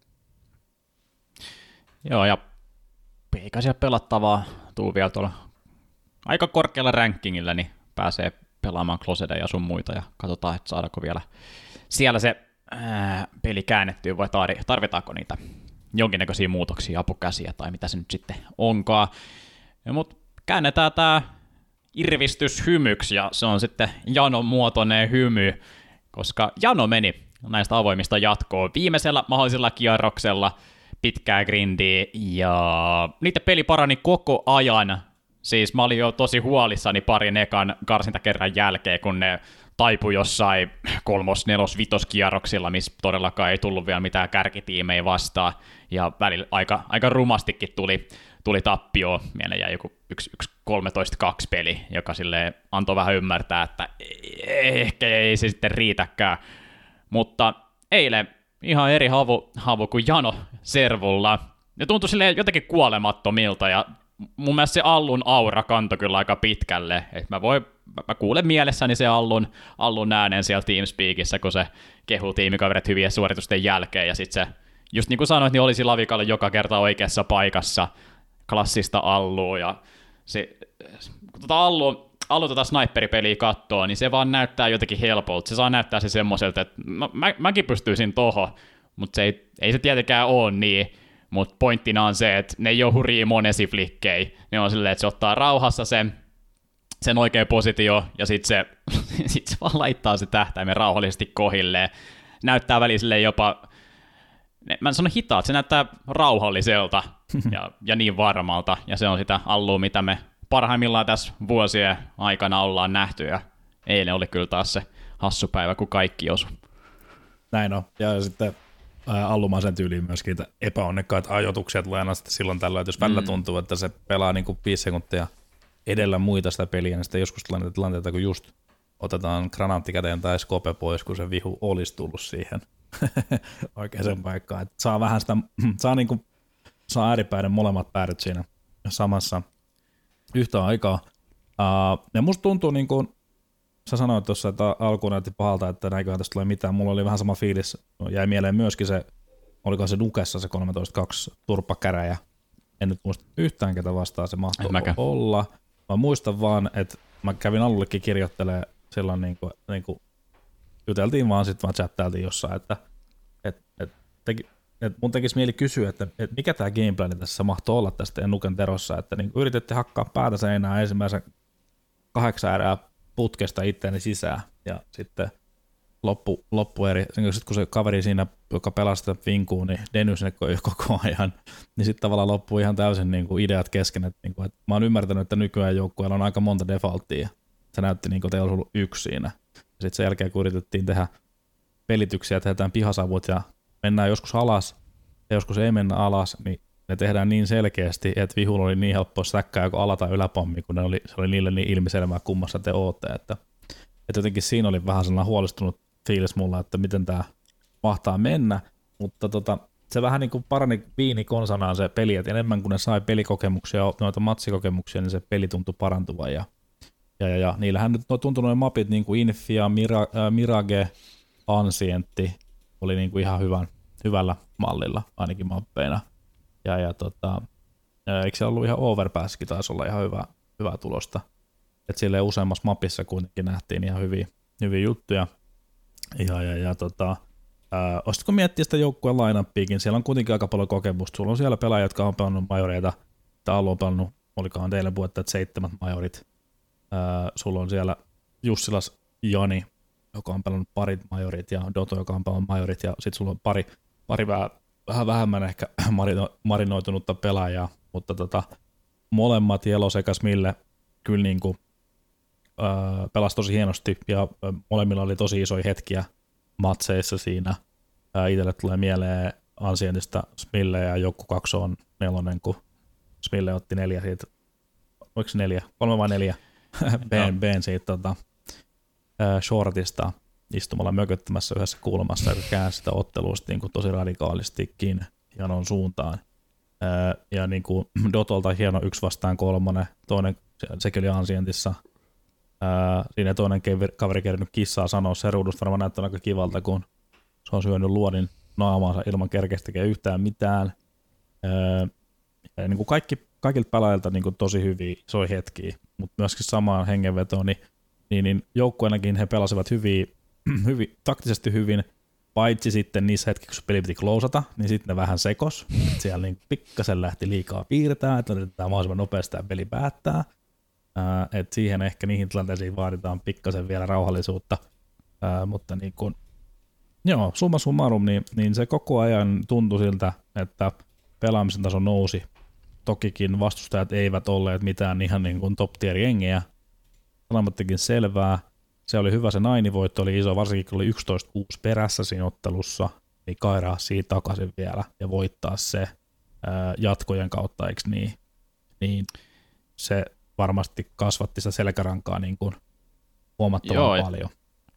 [SPEAKER 1] Joo, ja peikäisiä pelattavaa tuu vielä tuolla aika korkealla rankingilla, niin pääsee pelaamaan Closedia ja sun muita, ja katsotaan, että saadaanko vielä siellä se peli käännettyä, vai tarvitaanko niitä jonkinnäköisiä muutoksia, apukäsiä, tai mitä se nyt sitten onkaan. Mutta käännetään tämä irvistys hymyksi, ja se on sitten Janon muotoinen hymy, koska Jano meni näistä avoimista jatkoon viimeisellä mahdollisella kierroksella, pitkää grindiä, ja niiden peli parani koko ajan. Siis mä olin jo tosi huolissani parin ekan karsintakerran jälkeen, kun ne taipui jossain 3., 4., 5. kierroksilla, missä todellakaan ei tullut vielä mitään kärkitiimejä vastaan, ja välillä aika rumastikin tuli tappio. Mieleen jäi joku 13-2 peli, joka silleen antoi vähän ymmärtää, että ehkä ei se sitten riitäkään. Mutta eilen ihan eri havu kuin Jano servulla. Ne tuntui silleen jotenkin kuolemattomilta, ja mun mielestä se Allun aura kantoi kyllä aika pitkälle. Et mä kuulen mielessäni se Allun äänen siellä TeamSpeakissä, kun se kehuu tiimikaverit hyvien suoritusten jälkeen, ja sit se, just niin kuin sanoit, niin olisi Lavikalle joka kerta oikeassa paikassa, klassista Allua, ja se, kun Allu sniperipeliä kattoo, niin se vaan näyttää jotenkin helpolta. Se saa näyttää se semmoiselta, että mäkin pystyisin tohon, mutta se ei se tietenkään ole niin. Mutta pointtina on se, että ne ei ole hurjia monesiflikkejä. Ne on silleen, että se ottaa rauhassa sen oikea positio, ja sit se vaan laittaa se tähtäimen rauhallisesti kohilleen. Näyttää välillä jopa, mä en sano hitaat, se näyttää rauhalliselta ja niin varmalta. Ja se on sitä Allua, mitä me parhaimmillaan tässä vuosien aikana ollaan nähty. Ja eilen oli kyllä taas se hassu päivä, kun kaikki osui.
[SPEAKER 2] Näin on. Ja sitten Allumaisen tyyliin myöskin epäonnekkaita ajoituksia tulee aina silloin tällöin, että jos välillä tuntuu, että se pelaa niin kuin 5 sekuntia edellä muita sitä peliä, niin sitten joskus tulee niitä tilanteita, kun just otetaan granaatti käteen tai skope pois, kun se vihu olisi tullut siihen oikeaan paikkaan. Että saa vähän sitä, saa ääripäiden molemmat päädyt siinä samassa yhtä aikaa. Ja musta tuntuu niin kuin sä sanoit tuossa, että alkuun näytti pahalta, että näinköhän tästä tulee mitään. Mulla oli vähän sama fiilis. Jäi mieleen myöskin se, oliko se Dukessa se 13-2 turpakäräjä. En nyt muista yhtään, ketä vastaan se mahtoi olla. Mä muistan vaan, että mä kävin Allullekin kirjoittelemaan silloin niinku juteltiin vaan sitten vaan chattailtiin jossain, että mun tekisi mieli kysyä, että mikä tämä gameplay tässä mahtoi olla tästä Nuken Terossa, että niin yritettiin hakkaa päätä seinään ensimmäisen 8 erää putkesta itseäni sisään ja sitten loppu eri, sitten kun se kaveri siinä, joka pelasi vinkuu, niin Denys nekoi koko ajan, niin sitten tavallaan loppui ihan täysin niin kuin ideat kesken, että mä oon ymmärtänyt, että nykyään joukkueella on aika monta defaulttia, se näytti niin kuin teillä olisi ollut yksi siinä. Sitten sen jälkeen, kun yritettiin tehdä pelityksiä, tehdään pihasavut ja mennään joskus alas ja joskus ei mennä alas, niin ne tehdään niin selkeästi, että vihulla oli niin helppo säkkää joko ala- tai yläpommi, kun se oli niille niin ilmiselvää, kummassa te ootte. Että jotenkin siinä oli vähän sellainen huolestunut fiilis mulla, että miten tämä mahtaa mennä, mutta se vähän niin kuin parani viini konsanaan se peli, että enemmän kuin ne sai pelikokemuksia, noita matsikokemuksia, niin se peli tuntui parantuvan ja niillähän nyt tuntui noin mapit niin kuin Infia, Mirage, Ancientti oli niin kuin ihan hyvällä mallilla ainakin mappeina. Eikö se ollut ihan Overpasskin, taisi olla ihan hyvää tulosta. Että silleen useammassa mapissa kuitenkin nähtiin ihan hyviä juttuja. Ositko miettiä sitä joukkueen line-upiakin, siellä on kuitenkin aika paljon kokemusta. Sulla on siellä pelaajia, jotka on pelannut majoreita, tai Allu on pelannut, olikohan teille vuotta, että 7 majorit. Sulla on siellä Jussilas Jani, joka on pelannut parit majorit, ja Doto, joka on pelannut majorit, ja sitten sulla on pari vähän vähemmän ehkä marinoitunutta pelaajaa, mutta molemmat Jelo sekä Smille kyllä niinku, pelasi tosi hienosti, ja molemmilla oli tosi isoja hetkiä matseissa siinä. Itselle tulee mieleen Ancientista Smille ja Jokku 2 on 4, kun Smille otti 4 siitä, oliko se 4? 3 vai 4? Ben siitä shortista istumalla mököttämässä yhdessä kulmassa, joka käänsi sitä ottelusta niin kuin tosi radikaalistikin hienon suuntaan. Ja niin kuin Dotolta hieno 1-3, toinen, sekin oli Ancientissa. Siinä toinen kaveri kerännyt kissaa sanoa, se ruudusta varmaan näyttää aika kivalta, kun se on syönyt luodin naamaansa ilman kerkeästi tekee yhtään mitään. Ja niin kuin kaikilta pelaajilta niin kuin tosi hyviä isoja hetkiä, mutta myöskin samaan hengenvetoon, niin joukkueenakin he pelasivat taktisesti hyvin, paitsi sitten niissä hetkissä, kun se peli piti klousata, niin sitten ne vähän sekos. Siellä niin pikkasen lähti liikaa piirtää, että yritetään mahdollisimman nopeasti tämä peli päättää. Et siihen ehkä niihin tilanteisiin vaaditaan pikkasen vielä rauhallisuutta, mutta niin kun, joo, summa summarum, niin se koko ajan tuntui siltä, että pelaamisen taso nousi. Tokikin vastustajat eivät olleet mitään ihan niin kuin top tier jengejä. Sanomattakin selvää. Se oli hyvä, se Naini-voitto oli iso, varsinkin kun oli 11-6 perässä siinä ottelussa, niin kairaa siitä takaisin vielä ja voittaa se jatkojen kautta, eikö niin? Niin se varmasti kasvatti sitä selkärankaa niin kuin huomattavan paljon.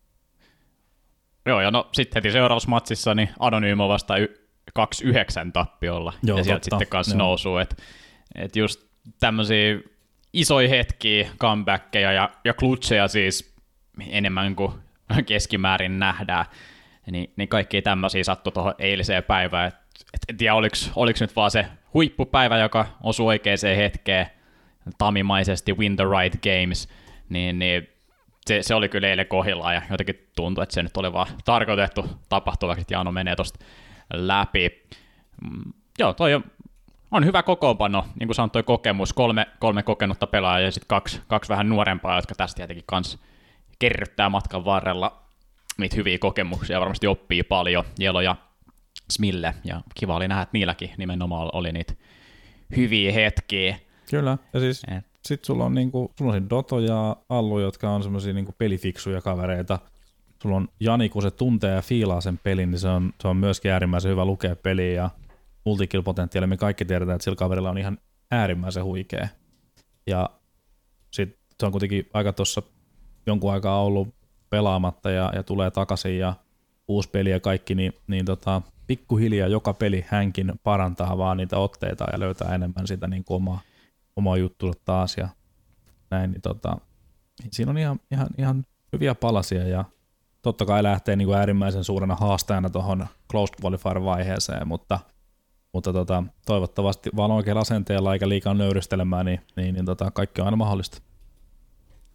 [SPEAKER 1] Joo, ja no sitten heti seuraavassa matsissa niin Anonymo vastaan 2-9 tappiolla, joo, ja sieltä sitten kanssa nousuu, että just tämmöisiä isoja hetkiä, comebackkejä ja klutseja siis enemmän kuin keskimäärin nähdään, niin kaikkia tämmöisiä sattui tuohon eiliseen päivään, että en tiedä oliko nyt vaan se huippupäivä, joka osui oikeaan hetkeen, tamimaisesti win the right games, niin se oli kyllä eilen kohdillaan, ja jotenkin tuntui, että se nyt oli vaan tarkoitettu tapahtuvaksi, että Jano menee tuosta läpi. Joo, toi on hyvä kokoonpano, niin kuin sanoin, toi kokemus, kolme kokenutta pelaajaa ja sitten kaksi vähän nuorempaa, jotka tästä tietenkin kanssa kerryttää matkan varrella niitä hyviä kokemuksia, varmasti oppii paljon, Jelo ja Smille, ja kiva oli nähdä, että niilläkin nimenomaan oli niitä hyviä hetkiä.
[SPEAKER 2] Kyllä, ja siis sitten sulla on siinä Doto ja Allu, jotka on semmoisia niinku pelifiksuja kavereita. Sulla on Jani, kun se tuntee ja fiilaa sen pelin, niin se on myöskin äärimmäisen hyvä lukea peliä ja multikill-potentiaali. Me kaikki tiedetään, että sillä kaverilla on ihan äärimmäisen huikea. Ja sitten se on kuitenkin aika tuossa jonkun aikaa ollut pelaamatta ja tulee takaisin ja uusi peli ja kaikki, niin pikkuhiljaa joka peli hänkin parantaa vaan niitä otteita ja löytää enemmän sitä niin kuin omaa juttua taas ja näin, niin siinä on ihan hyviä palasia ja totta kai lähtee niin kuin äärimmäisen suurena haastajana tuohon closed qualifier-vaiheeseen, mutta toivottavasti vaan oikealla asenteella eikä liikaa nöyristelemään, niin kaikki on aina mahdollista.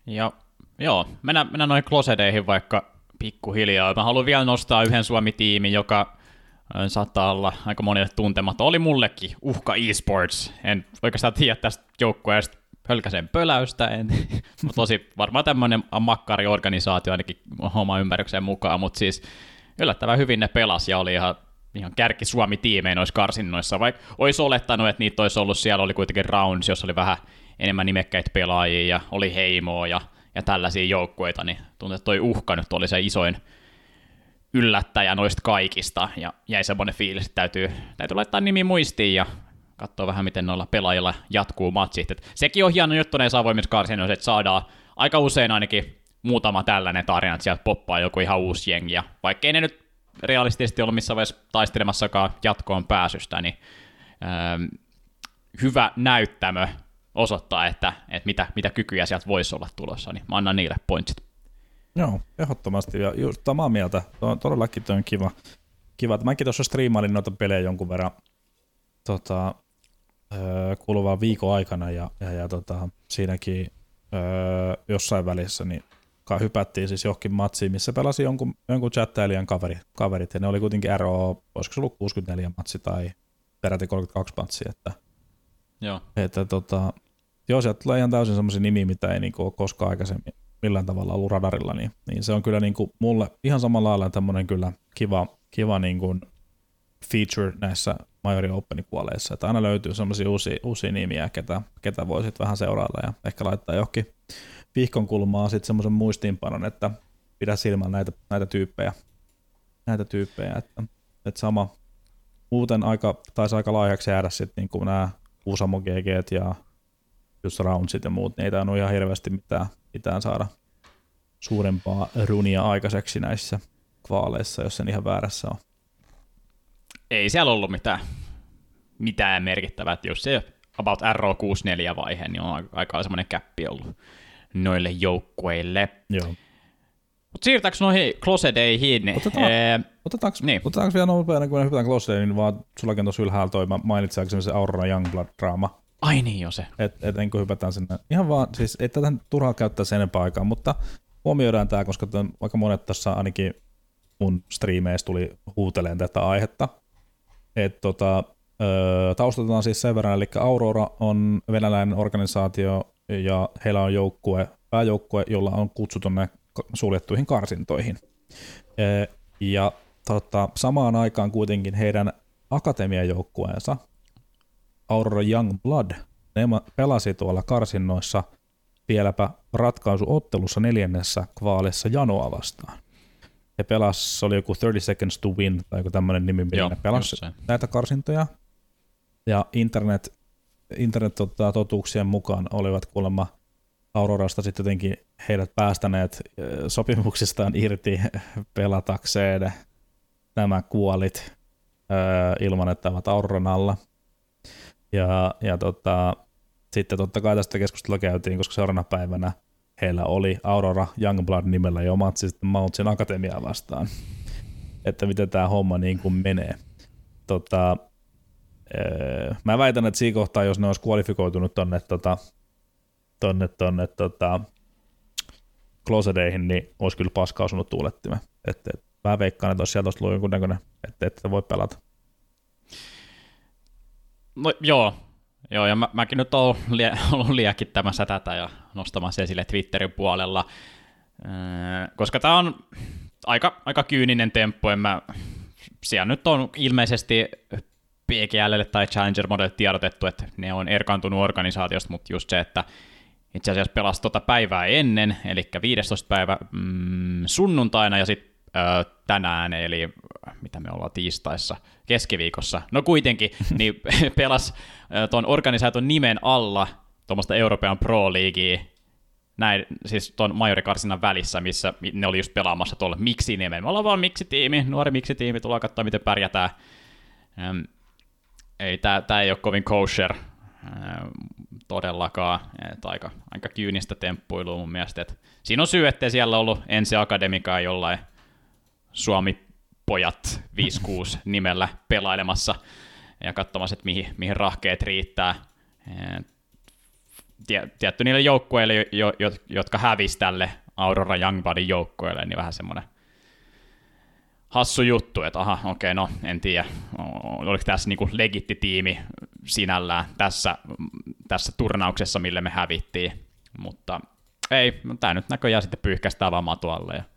[SPEAKER 1] Ja joo, mennään noihin Closedeihin vaikka pikkuhiljaa. Mä haluan vielä nostaa yhden Suomi-tiimin, joka saattaa olla aika monille tuntematon. Oli mullekin Uhka Esports. En oikeastaan tiedä tästä joukkueesta hölkäsen pöläystä. Tosi varmaan tämmöinen makkariorganisaatio ainakin oma ymmärryksen mukaan, mutta siis yllättävän hyvin ne pelasi ja oli ihan kärki Suomi-tiimeen noissa karsinnoissa. Vaikka olisi olettanut, että niitä olisi ollut, siellä oli kuitenkin Rounds, jos oli vähän enemmän nimekkäitä pelaajia ja oli Heimoa ja tällaisia joukkueita, niin tuntuu, että toi Uhka nyt oli se isoin yllättäjä noista kaikista, ja jäi semmoinen fiilis, että täytyy laittaa nimi muistiin ja katsoa vähän, miten noilla pelaajilla jatkuu matsit. Et sekin on hieno juttu näissä avoimissa karsinnoissa, että saadaan aika usein ainakin muutama tällainen tarina, että sieltä poppaa joku ihan uusi jengi, ja vaikkei ne nyt realistisesti ollut missään vaiheessa taistelemassakaan jatkoon pääsystä, niin hyvä näyttämö osoittaa, että mitä kykyjä sieltä voisi olla tulossa, niin mä annan niille pointsit. Joo,
[SPEAKER 2] ehdottomasti, ja just samaa mieltä, todellakin toi on kiva. Mäkin tuossa striimailin noita pelejä jonkun verran kuluvaan viikon aikana, ja siinäkin jossain välissä niin hypättiin siis johonkin matsiin, missä pelasi jonkun chattailijan kaverit, ja ne oli kuitenkin olisiko se ollut 64 matsi tai peräti 32 matsia, joo, sieltä tulee ihan täysin semmoisia nimiä, mitä ei niinku ole koskaan aikaisemmin millään tavalla ollut radarilla, niin se on kyllä niinku mulle ihan samalla lailla tämmöinen kyllä kiva niinku feature näissä Majori Openin puoleissa, että aina löytyy semmoisia uusia nimiä, ketä voi sitten vähän seurailla ja ehkä laittaa johonkin vihkon kulmaa sitten semmoisen muistiinpanon, että pidä silmällä näitä tyyppejä, että sama muuten taisi aika laajaksi jäädä sitten niinku nämä Kuusamo GGt ja just Roundsit ja muut, niin ei tainnut ihan hirveästi mitään saada suurempaa runia aikaiseksi näissä kvaaleissa, jos sen ihan väärässä on.
[SPEAKER 1] Ei siellä ollut mitään merkittävää, että jos se about RO64-vaihe, niin on aika semmoinen käppi ollut noille joukkueille.
[SPEAKER 2] Joo.
[SPEAKER 1] Mutta siirtääkö noihin Closedeihin?
[SPEAKER 2] Otetaanko vielä nopeasti, kun me hypätään Closedeihin, niin vaan sullakin tuossa ylhäällä toi, mainitsin se Aurora Youngblood-draama.
[SPEAKER 1] Ai niin jo se.
[SPEAKER 2] Enkö hypätään sinne. Ihan vaan, siis ei tätä turhaa käyttää sen enempää aikaa, mutta huomioidaan tämä, koska aika monet tässä ainakin mun striimeistä tuli huuteleen tätä aihetta. Taustatetaan siis sen verran, eli Aurora on venäläinen organisaatio ja heillä on pääjoukkue, jolla on kutsu tuonne suljettuihin karsintoihin. Ja samaan aikaan kuitenkin heidän akatemiajoukkueensa Aurora Youngblood, ne pelasi tuolla karsinnoissa vieläpä ratkaisuottelussa 4. kvaalissa Janoa vastaan. He pelasi, oli joku 30 Seconds to Win, tai joku tämmöinen nimi, millä ne pelasi näitä karsintoja. Ja internet-totuuksien mukaan olivat kuulemma Aurorasta sitten jotenkin heidät päästäneet sopimuksistaan irti pelatakseen nämä kuolit ilman, että ovat Auroran alla. Ja sitten totta kai tästä keskustelua käytiin, koska seuraavana päivänä heillä oli Aurora Youngblood nimellä jo matsi sitten Mountsin Akatemiaa vastaan, että miten tämä homma niin kuin menee. Mä väitän, että siinä kohtaa, jos ne olisi kualifikoitunut tonne Closedeihin, niin olisi kyllä paskaa osunut tuulettimeen. Mä veikkaan, että olisi sieltä ollut jonkunnäköinen, että voi pelata.
[SPEAKER 1] No joo, ja mäkin nyt olen ollut liekittämässä tätä ja nostamassa esille Twitterin puolella, koska tämä on aika kyyninen temppu. Siellä nyt on ilmeisesti PGLlle tai Challenger Modelle tiedotettu, että ne on erkaantunut organisaatiosta, mutta just se, että itse asiassa pelasi päivää ennen, eli 15. päivä sunnuntaina ja sitten tänään, eli mitä me ollaan tiistaissa, keskiviikossa, no kuitenkin, niin pelasi tuon organisaation nimen alla tuommoista Euroopan Pro Leaguea, näin, siis tuon majorikarsinnan välissä, missä ne oli just pelaamassa tuolla Mixi-nimen. Me ollaan vaan Mixi-tiimi, nuori Mixi-tiimi, tullaan katsoa, miten pärjätään. Ei, tää ei ole kovin kosher todellakaan, että aika kyynistä temppuilua mun mielestä. Et siinä on syy, ettei siellä ollut Ensi Akademikaa jollain Suomi-pojat 5-6 nimellä pelailemassa ja katsomassa, että mihin rahkeet riittää. tietty niille joukkueille, jotka hävisi tälle Aurora Youngbloodin joukkueelle, niin vähän semmoinen hassu juttu, että aha, okei, no en tiedä, oliko tässä niinku legitti tiimi sinällään tässä turnauksessa, mille me hävittiin, mutta ei, tämä nyt näköjään sitten pyyhkästään vaan matualle. Ja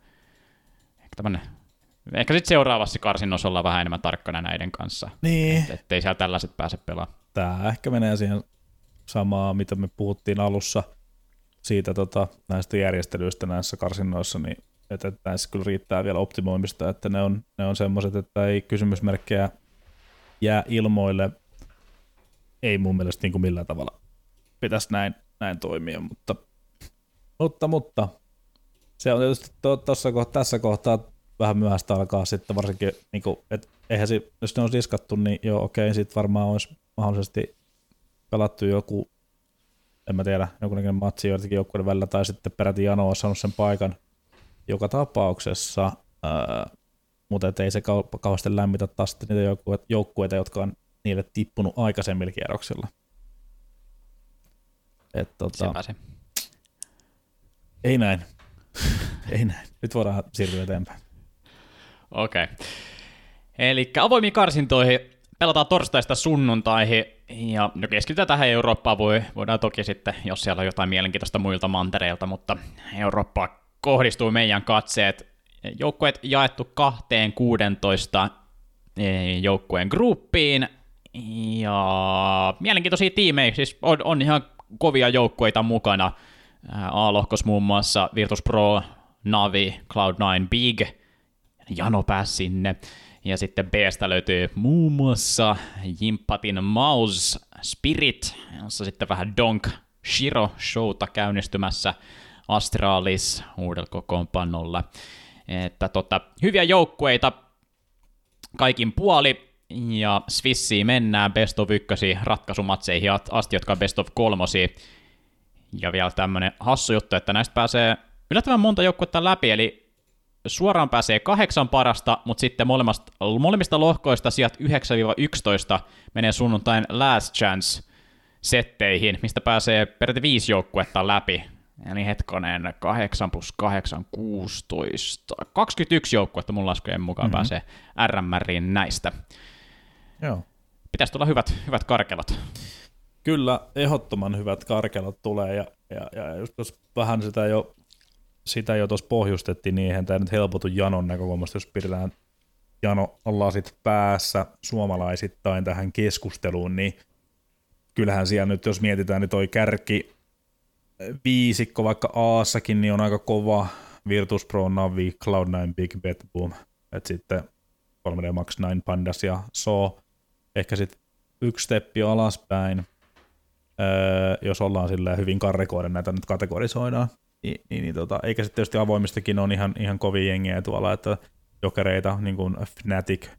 [SPEAKER 1] ehkä sitten seuraavassa karsinnossa ollaan vähän enemmän tarkkana näiden kanssa,
[SPEAKER 2] niin.
[SPEAKER 1] ettei siellä tällaiset pääse pelaamaan.
[SPEAKER 2] Tämä ehkä menee siihen samaan, mitä me puhuttiin alussa siitä näistä järjestelyistä näissä karsinnoissa, niin että näissä kyllä riittää vielä optimoimista, että ne on semmoiset, että ei kysymysmerkkejä jää ilmoille, ei mun mielestä niin kuin millään tavalla pitäisi näin toimia, mutta se on tietysti tässä kohtaa vähän myöhäistä alkaa sitten varsinkin, niin kuin, että eihän jos ne olisi diskattu, niin joo okei, sitten varmaan olisi mahdollisesti pelattu joku, en mä tiedä, jonkunlainen matsi joitakin joukkueiden välillä, tai sitten peräti Jano olisi saanut sen paikan joka tapauksessa, mutta ei se kauheasti lämmitä taas sitten niitä joukkueita, jotka on niille tippunut aikaisemmilla kierroksilla. Ei näin. Ei näin. Nyt voidaan siirtyä eteenpäin.
[SPEAKER 1] Okei. Eli avoimiin karsintoihin pelataan torstaista sunnuntaihin, ja keskitytään tähän Eurooppaan. Voidaan toki sitten, jos siellä on jotain mielenkiintoista muilta mantereilta, mutta Eurooppaan kohdistuu meidän katseet. Joukkueet jaettu 2-16 joukkueen gruppiin, ja mielenkiintoisia tiimejä, siis on ihan kovia joukkueita mukana. A-lohkos muun muassa Virtus Pro, Navi, Cloud9, Big, Jano pääsi sinne. Ja sitten B:stä löytyy muun muassa Jimpatin Mouse, Spirit, jossa sitten vähän Donk Shiro showta käynnistymässä, Astralis uudella kokoonpanolla. Että hyviä joukkueita kaikin puoli, ja Swissiin mennään best of 1 ratkaisumatseihin asti, jotka on best of 3. Ja vielä tämmönen hassu juttu, että näistä pääsee yllättävän monta joukkuetta läpi, eli suoraan pääsee 8 parasta, mutta sitten molemmista lohkoista sijat 9-11 menee sunnuntain last chance setteihin, mistä pääsee periaatteessa 5 joukkuetta läpi. Eli hetkonen, 8 + 8, 16, 21 joukkuetta mun laskujen mukaan pääsee RMRiin näistä.
[SPEAKER 2] Joo.
[SPEAKER 1] Pitäisi tulla hyvät karkelat.
[SPEAKER 2] Kyllä, ehdottoman hyvät karkelat tulee, ja just jos vähän sitä jo tuossa pohjustettiin, niin eihän tämä nyt helpotu Janon näkökulmasta, jos pidetään Jano lasit päässä suomalaisittain tähän keskusteluun, niin kyllähän siellä nyt, jos mietitään, niin toi kärki viisikko vaikka Aassakin, niin on aika kova. Virtus Pro, Navi, Cloud9, Big Bet Boom, että sitten 3D Max 9, Pandas ja So, ehkä sitten yksi steppi alaspäin, jos ollaan silleen hyvin karrikoiden näitä nyt kategorisoidaan. Eikä sitten tietysti avoimistakin on ihan kovia jengiä tuolla, että jokereita, niin kuin Fnatic,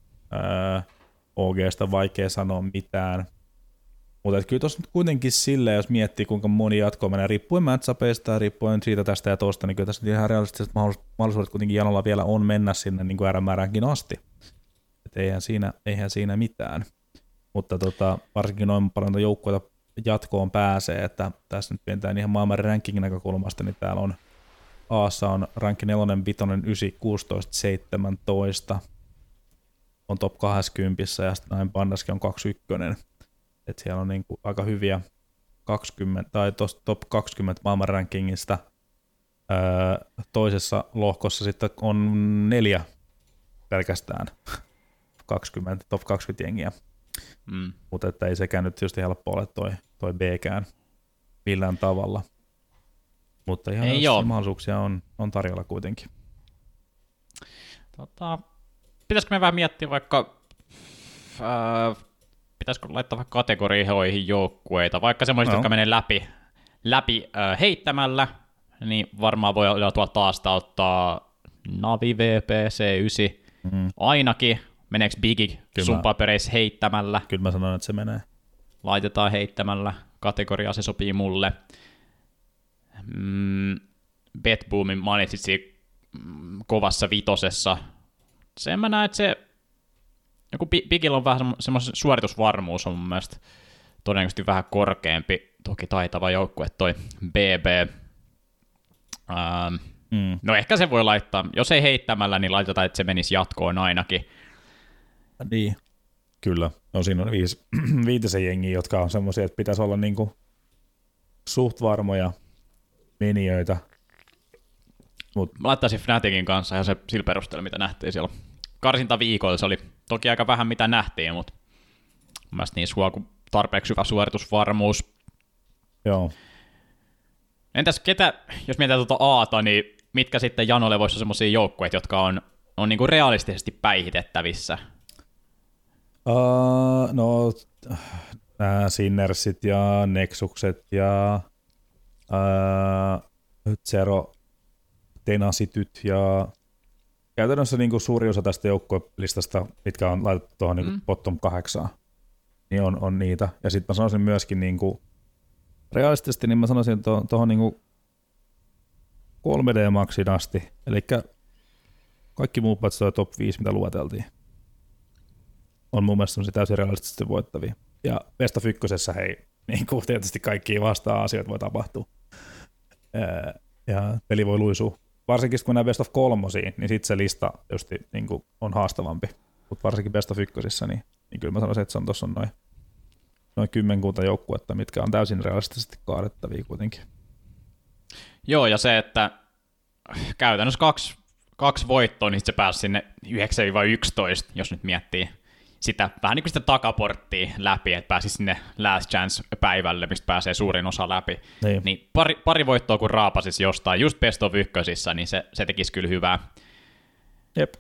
[SPEAKER 2] OGsta vaikea sanoa mitään. Mutta kyllä tuossa kuitenkin silleen, jos miettii kuinka moni jatkoa menee, riippuen matchapeista ja riippuen siitä tästä ja tosta, niin kyllä tässä ihan realistiset mahdollisuudet kuitenkin Janolla vielä on mennä sinne niin kuin RMR:nkin asti. Et eihän siinä mitään. Mutta varsinkin noin paljon joukkueita jatkoon pääsee, että tässä nyt pientään ihan maailman rankingin näkökulmasta, niin täällä on Aassa on rankki 4, 5, 9, 16, 17, on top 20 ja sitten näin Pandaskin on 21, että siellä on niinku aika hyviä 20, tai top 20 maailman rankingista. Toisessa lohkossa sitten on 4 pelkästään 20, top 20 jengiä. Mutta että ei sekään nyt tietysti helppo ole toi B-kään millään tavalla. Mutta ihan mahdollisuuksia on tarjolla kuitenkin.
[SPEAKER 1] Pitäisikö me vähän miettiä vaikka, pitäisikö laittaa vaikka kategorioihin joukkueita, vaikka semmoiset, jotka menee läpi heittämällä, niin varmaan voi tuolla taas ottaa Navi VPC 9, ainakin. Meneekö Bigi sun papereissa heittämällä?
[SPEAKER 2] Kyllä mä sanon, että se menee.
[SPEAKER 1] Laitetaan heittämällä. Kategoria, se sopii mulle. Betboomin mainitsit siinä kovassa 5. Sen mä näen, että se joku Bigillä on vähän semmoinen suoritusvarmuus on mun mielestä todennäköisesti vähän korkeampi, toki taitava joukkue toi BB. No ehkä se voi laittaa, jos ei heittämällä, niin laitetaan, että se menisi jatkoon ainakin.
[SPEAKER 2] Niin, kyllä. No siinä on viitisen jengiä, jotka on semmoisia, että pitäisi olla niinku suht varmoja menijöitä.
[SPEAKER 1] Mä laittaisin Fnaticin kanssa ihan se sillä perusteella, mitä nähtiin siellä karsintaviikolla. Se oli toki aika vähän, mitä nähtiin, mutta mun mielestä niin tarpeeksi hyvä suoritusvarmuus.
[SPEAKER 2] Joo.
[SPEAKER 1] Entäs ketä, jos mietitään tuota Aata, niin mitkä sitten Janolle voisi olla semmoisia joukkueita, jotka on niinku realistisesti päihitettävissä?
[SPEAKER 2] No, nämä Sinnersit ja Nexukset ja Zero Tenasityt ja käytännössä niin kuin suuri osa tästä joukkuelistasta, mitkä on laitettu tuohon niin bottom 8, niin on niitä. Ja sitten mä sanoisin myöskin niin kuin, realistisesti, niin mä sanoisin tuohon niin 3D Maxin asti, eli kaikki muut paitsi tuo top 5, mitä lueteltiin, on mun mielestä täysin realistisesti voittavia. Ja Best of Ykkösessä, hei, niin kuin tietysti kaikki vastaan asioita voi tapahtua. Ja peli voi luisua. Varsinkin kun nämä Best of 3, niin sitten se lista just niin kuin on haastavampi. Mutta varsinkin Best of Ykkösissä, niin kyllä mä sanoisin, että tuossa on noin 10 joukkuetta, mitkä on täysin realistisesti kaadettavia kuitenkin.
[SPEAKER 1] Joo, ja se, että käytännössä kaksi voittoa, niin se pääsi sinne 9-11, jos nyt miettii sitä vähän niin kuin sitä takaporttia läpi, että pääsi sinne last chance-päivälle, mistä pääsee suurin osa läpi. Niin pari voittoa, kun raapasisi jostain, just best of ykkösissä, niin se tekisi kyllä hyvää.
[SPEAKER 2] Jep.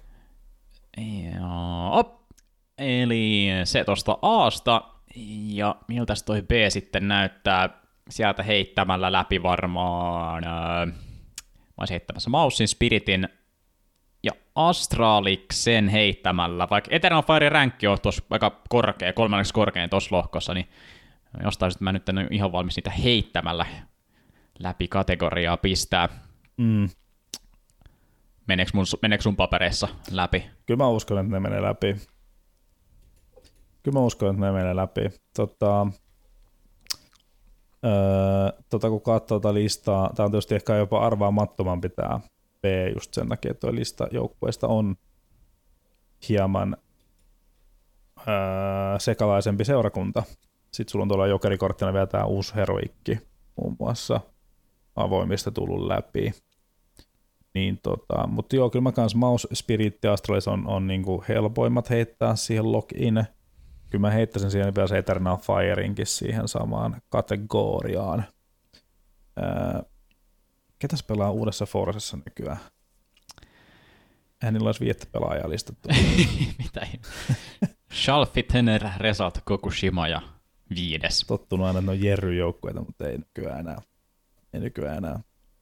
[SPEAKER 1] Joo. Eli se tuosta Aasta, ja miltäs toi B sitten näyttää sieltä heittämällä läpi varmaan. Mä olisin heittämässä Maussin, Spiritin ja Astraliksen heittämällä, vaikka Eternal Fire rankki on tuossa aika korkea, 3. korkein tuossa lohkossa, niin jostain sitten mä nyt en ole ihan valmis niitä heittämällä läpi kategoriaa pistää. Meneekö sun papereissa läpi?
[SPEAKER 2] Kyllä mä uskon, että ne menee läpi. Kun katsoo tätä listaa, tämä on tietysti ehkä jopa arvaamattomampi tämä B just sen takia, että tuo lista joukkueista on hieman sekalaisempi seurakunta. Sitten sulla on tuolla jokerikorttina vielä tämä uusi heroikki muun muassa avoimista tullut läpi. Niin mutta joo, kyllä mä kans Mouse, Spirit ja Astralis on niinku helpoimmat heittää siihen login. Kyllä mä heittäisin siihen vielä se Eternal Fireinkin siihen samaan kategoriaan. Ketäs pelaa uudessa Forcessa nykyään? Eihän niillä olisi 5 pelaajaa listattu.
[SPEAKER 1] Mitä? Shalfi, Tener, Resat, Kokushima ja 5.
[SPEAKER 2] Tottunut aina, että ne on Jerry-joukkueita, mutta ei nykyään enää.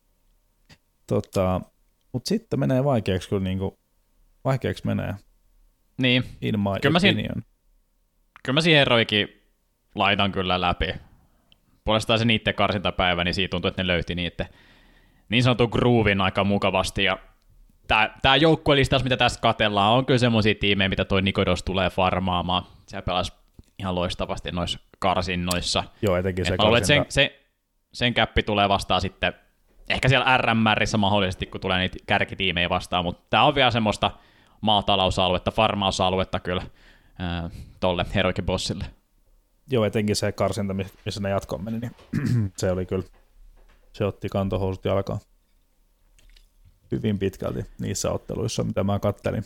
[SPEAKER 2] Mutta sitten menee vaikeaksi, kyllä niinku, vaikeaksi menee.
[SPEAKER 1] Niin.
[SPEAKER 2] In my opinion.
[SPEAKER 1] Kyllä mä siihen Heroikin laitan kyllä läpi. Puolestaan se niiden karsintapäivä, niin siitä tuntuu, että ne löyti niiden niin sanotun groovin aika mukavasti. Ja tää joukkuelistaus, mitä tästä katsellaan, on kyllä semmosia tiimejä, mitä toi Nikodos tulee farmaamaan. Se pelasi ihan loistavasti noissa karsinnoissa.
[SPEAKER 2] Joo, etenkin se
[SPEAKER 1] karsinta. Sen käppi tulee vastaan sitten, ehkä siellä RMRissä mahdollisesti, kun tulee niitä kärkitiimejä vastaan, mutta tää on vielä semmoista maatalousaluetta, farmausaluetta kyllä tolle Heroikin bossille.
[SPEAKER 2] Joo, etenkin se karsinta, missä ne jatkoon meni, niin se oli kyllä, se otti kantohousut jalkaan hyvin pitkälti niissä otteluissa, mitä mä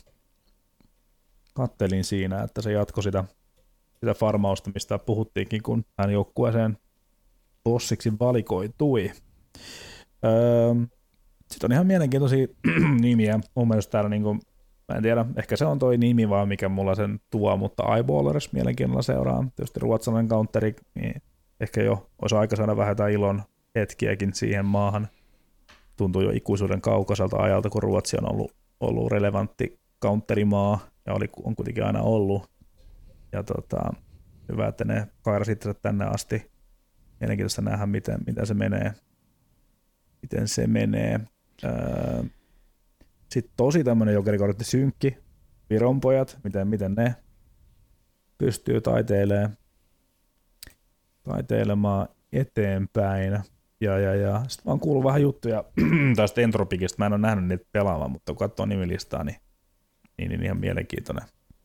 [SPEAKER 2] kattelin siinä, että se jatkoi sitä farmausta, mistä puhuttiinkin, kun hän joukkueeseen bossiksi valikoitui. Sitten on ihan mielenkiintoisia nimiä. Mun mielestä täällä, niin kuin, mä en tiedä, ehkä se on toi nimi vaan, mikä mulla sen tuo, mutta Eyeballers mielenkiinnolla seuraan. Tietysti ruotsalainen counteri, niin ehkä jo olisi aika saada vähän jotain ilon hetkiäkin siihen maahan. Tuntuu jo ikuisuuden kaukaiselta ajalta, kun Ruotsi on ollut relevantti counterimaa, ja on kuitenkin aina ollut. Ja hyvä, että ne kairasivat tänne asti. Mielenkiintoista nähdä, miten se menee. Sitten tosi tämmöinen jokerikortti synkki, Vironpojat, miten ne pystyy taiteilemaan. taiteilemaan eteenpäin. Ja sitten mä oon kuullut vähän juttuja tästä Entropicista. Mä en ole nähnyt niitä pelaamaan, mutta kun katsoo nimilistaa, niin ihan mielenkiintoinen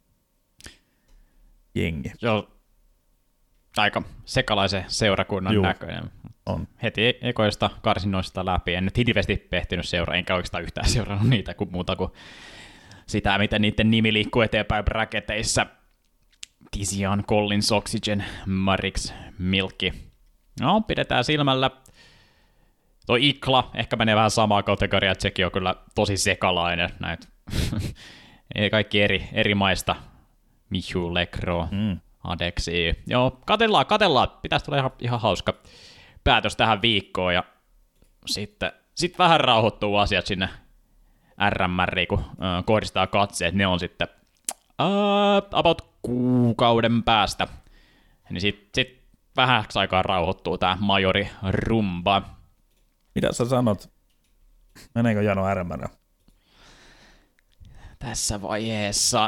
[SPEAKER 2] jengi.
[SPEAKER 1] Joo, aika sekalaisen seurakunnan näköinen.
[SPEAKER 2] On.
[SPEAKER 1] Heti ekoista karsinnoista läpi. En nyt hirveästi pehtinyt seuraa, enkä oikeastaan yhtään seurannut niitä kuin muuta kuin sitä, miten niiden nimi liikkuu eteenpäin bracketeissa. Tizian, Collins, Oxygen, Marix, Milkki. No, pidetään silmällä. Tuo Ikla ehkä menee vähän samaa kategoriaa, että sekin on kyllä tosi sekalainen. Näitä kaikki eri maista. Mihu, Lekro, Adexi. Joo, katellaan. Pitäisi tulla ihan hauska päätös tähän viikkoon. Ja sitten vähän rauhoittuu asiat sinne RMRiin, kun kohdistaa katseet. Ne on sitten about kuukauden päästä. Niin sit vähäksi aikaa rauhoittuu tää Majori Rumba.
[SPEAKER 2] Mitä sä sanot? Meneekö Jano RMR?
[SPEAKER 1] Tässä vaiheessa...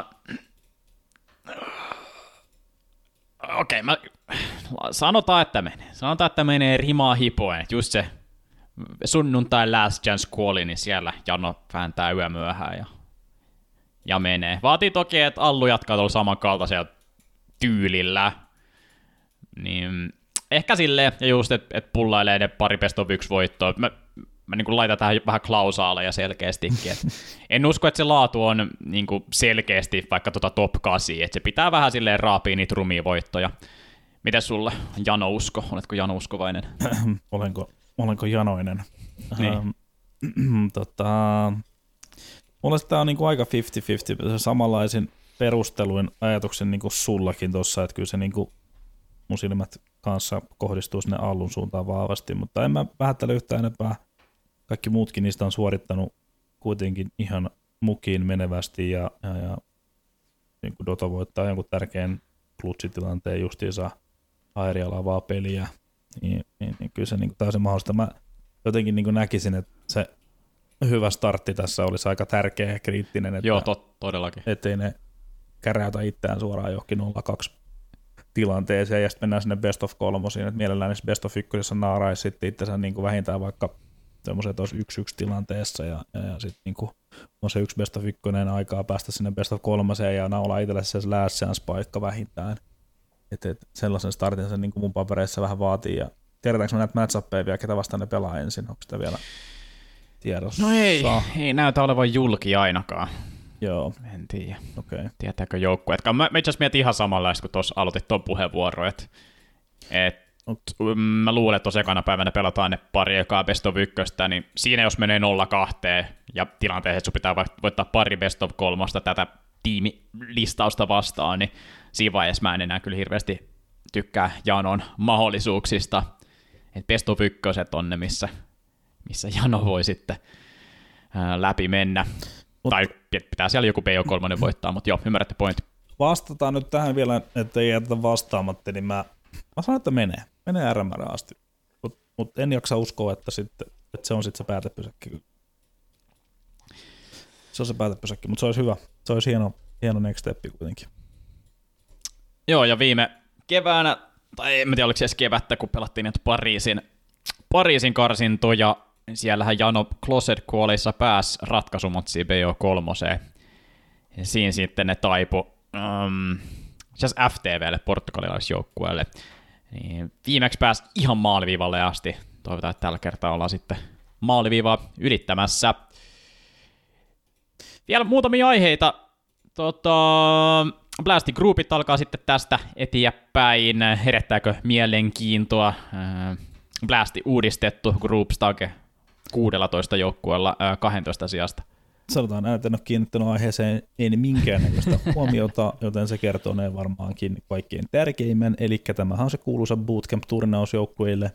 [SPEAKER 1] Okei, sanotaan, että menee rimaa hipoen. Just se sunnuntai last chance call, niin siellä Jano vääntää yömyöhään ja menee. Vaatii toki, että Allu jatkaa tuolla samankaltaisella tyylillä. Niin ehkä silleen, ja just, että pullailee ne pari best of 1 voittoa. Mä niin kuin laitan tähän vähän klausaaleja selkeästikin. En usko, että se laatu on niin kuin selkeästi vaikka top 8, että se pitää vähän silleen raapia niitä rumia voittoja. Miten sulle Jano usko? Oletko Jano uskovainen?
[SPEAKER 2] Olenko janoinen?
[SPEAKER 1] Niin.
[SPEAKER 2] Mulle tämä on niin kuin aika 50-50, samanlaisin perusteluin ajatuksen niin kuin sullakin tuossa, että kyllä se niin kuin mun silmät kanssa kohdistuu sinne Allun suuntaan vahvasti, mutta en mä vähättele yhtään enempää. Kaikki muutkin niistä on suorittanut kuitenkin ihan mukiin menevästi ja niin kuin Dota voittaa jonkun tärkeän klutsitilanteen justiinsa aerialaavaa peliä, niin kyllä se niin kuin täysin mahdollista. Mä jotenkin niin kuin näkisin, että se hyvä startti tässä olisi aika tärkeä ja kriittinen, että
[SPEAKER 1] joo, todellakin.
[SPEAKER 2] Ettei ne käräytä itseään suoraan johonkin 0-2 tilanteeseen ja sitten mennään sinne best of 3, että mielellään niissä best of 1 naaraisi sitten itsensä niin kuin vähintään vaikka semmoiset olisi 1-1 tilanteessa ja sitten niin on se 1 best of 1 aikaa päästä sinne best of 3 ja naulaa itselle se last chance paikka vähintään. Että sellaisen startin se niin kuin mun papereissa vähän vaatii ja tiedetäänkö me näitä match-uppeja vielä, ketä vastaan ne pelaa ensin, onko sitä vielä tiedossa?
[SPEAKER 1] No ei näytä olevan julki ainakaan.
[SPEAKER 2] Joo.
[SPEAKER 1] En tiedä.
[SPEAKER 2] Okay.
[SPEAKER 1] Tietääkö joukkueetkaan? Mä itse asiassa mietin ihan samanlaista, kun tuossa aloitit tuon puheenvuoron, että mä luulen, että tuossa ekana päivänä pelataan ne pari ekaa best of 1, niin siinä jos menee 0-2 ja tilanteeseen, että sun pitää voittaa pari best of 3 tätä tiimilistausta vastaan, niin siinä vaiheessa mä en enää kyllä hirveästi tykkää Janon mahdollisuuksista. Et best of 1 on ne, missä Jano voi sitten läpi mennä. Tai pitää siellä joku BO3 voittaa, mutta joo, ymmärrätte pointti.
[SPEAKER 2] Vastataan nyt tähän vielä, että ei jätetä vastaamatta, niin mä sanon, että menee RMR asti, mutta en jaksa uskoa, että se on sitten se päätepysäkki. Se on se päätepysäkki, mutta se olisi hyvä, se olisi hieno next step kuitenkin.
[SPEAKER 1] Joo, ja viime keväänä, tai en tiedä oliko se edes kevättä, kun pelattiin nyt Pariisin karsintoja, siellähän Jano Closet Qualissa pääsi ratkaisumotsiin BO3. Ja siinä sitten ne taipu FTVlle, portugalilaisjoukkueelle. Niin viimeksi pääsi ihan maaliviivalle asti. Toivotaan, että tällä kertaa ollaan sitten maaliviivaa ylittämässä. Vielä muutamia aiheita. Blastin groupit alkaa sitten tästä eteenpäin. Herättääkö mielenkiintoa? Blasti uudistettu groupstage 16 joukkueella 12 sijasta.
[SPEAKER 2] Sanotaan näin, että en ole kiinnittänyt aiheeseen ei minkäännäköistä huomiota, joten se kertoo ne varmaankin kaikkein tärkeimmän. Eli tämähän on se kuuluisa bootcamp-turnaus joukkueille,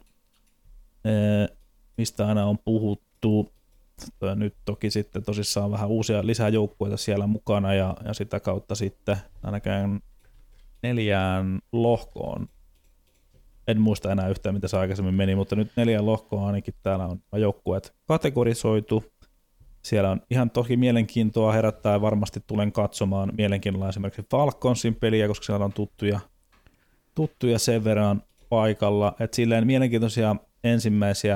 [SPEAKER 2] mistä aina on puhuttu. Nyt toki sitten tosissaan vähän uusia lisää joukkueita siellä mukana ja sitä kautta sitten ainakaan 4 lohkoon. En muista enää yhtään, mitä se aikaisemmin meni, mutta nyt 4 lohkoa ainakin täällä on joukkueet kategorisoitu. Siellä on ihan toki mielenkiintoa herättää ja varmasti tulen katsomaan mielenkiinnolla esimerkiksi Falconsin peliä, koska siellä on tuttuja sen verran paikalla, että silleen mielenkiintoisia ensimmäisiä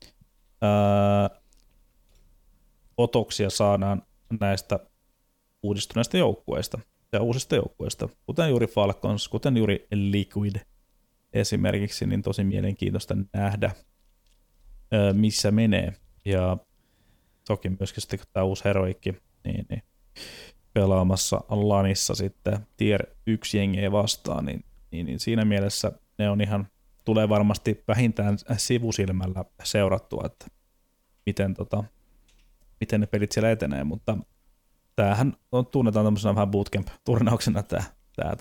[SPEAKER 2] otoksia saadaan näistä uudistuneista joukkueista ja uusista joukkueista, kuten juuri Falcons, kuten juuri Liquid esimerkiksi, niin tosi mielenkiintoista nähdä, missä menee. Ja toki myöskin sitten, kun tämä uusi Heroikki niin pelaamassa LANissa sitten Tier 1 jengiä vastaan, niin siinä mielessä ne on ihan, tulee varmasti vähintään sivusilmällä seurattua, että miten ne pelit siellä etenee, mutta tämähän tunnetaan tämmöisenä vähän bootcamp-turnauksena tämä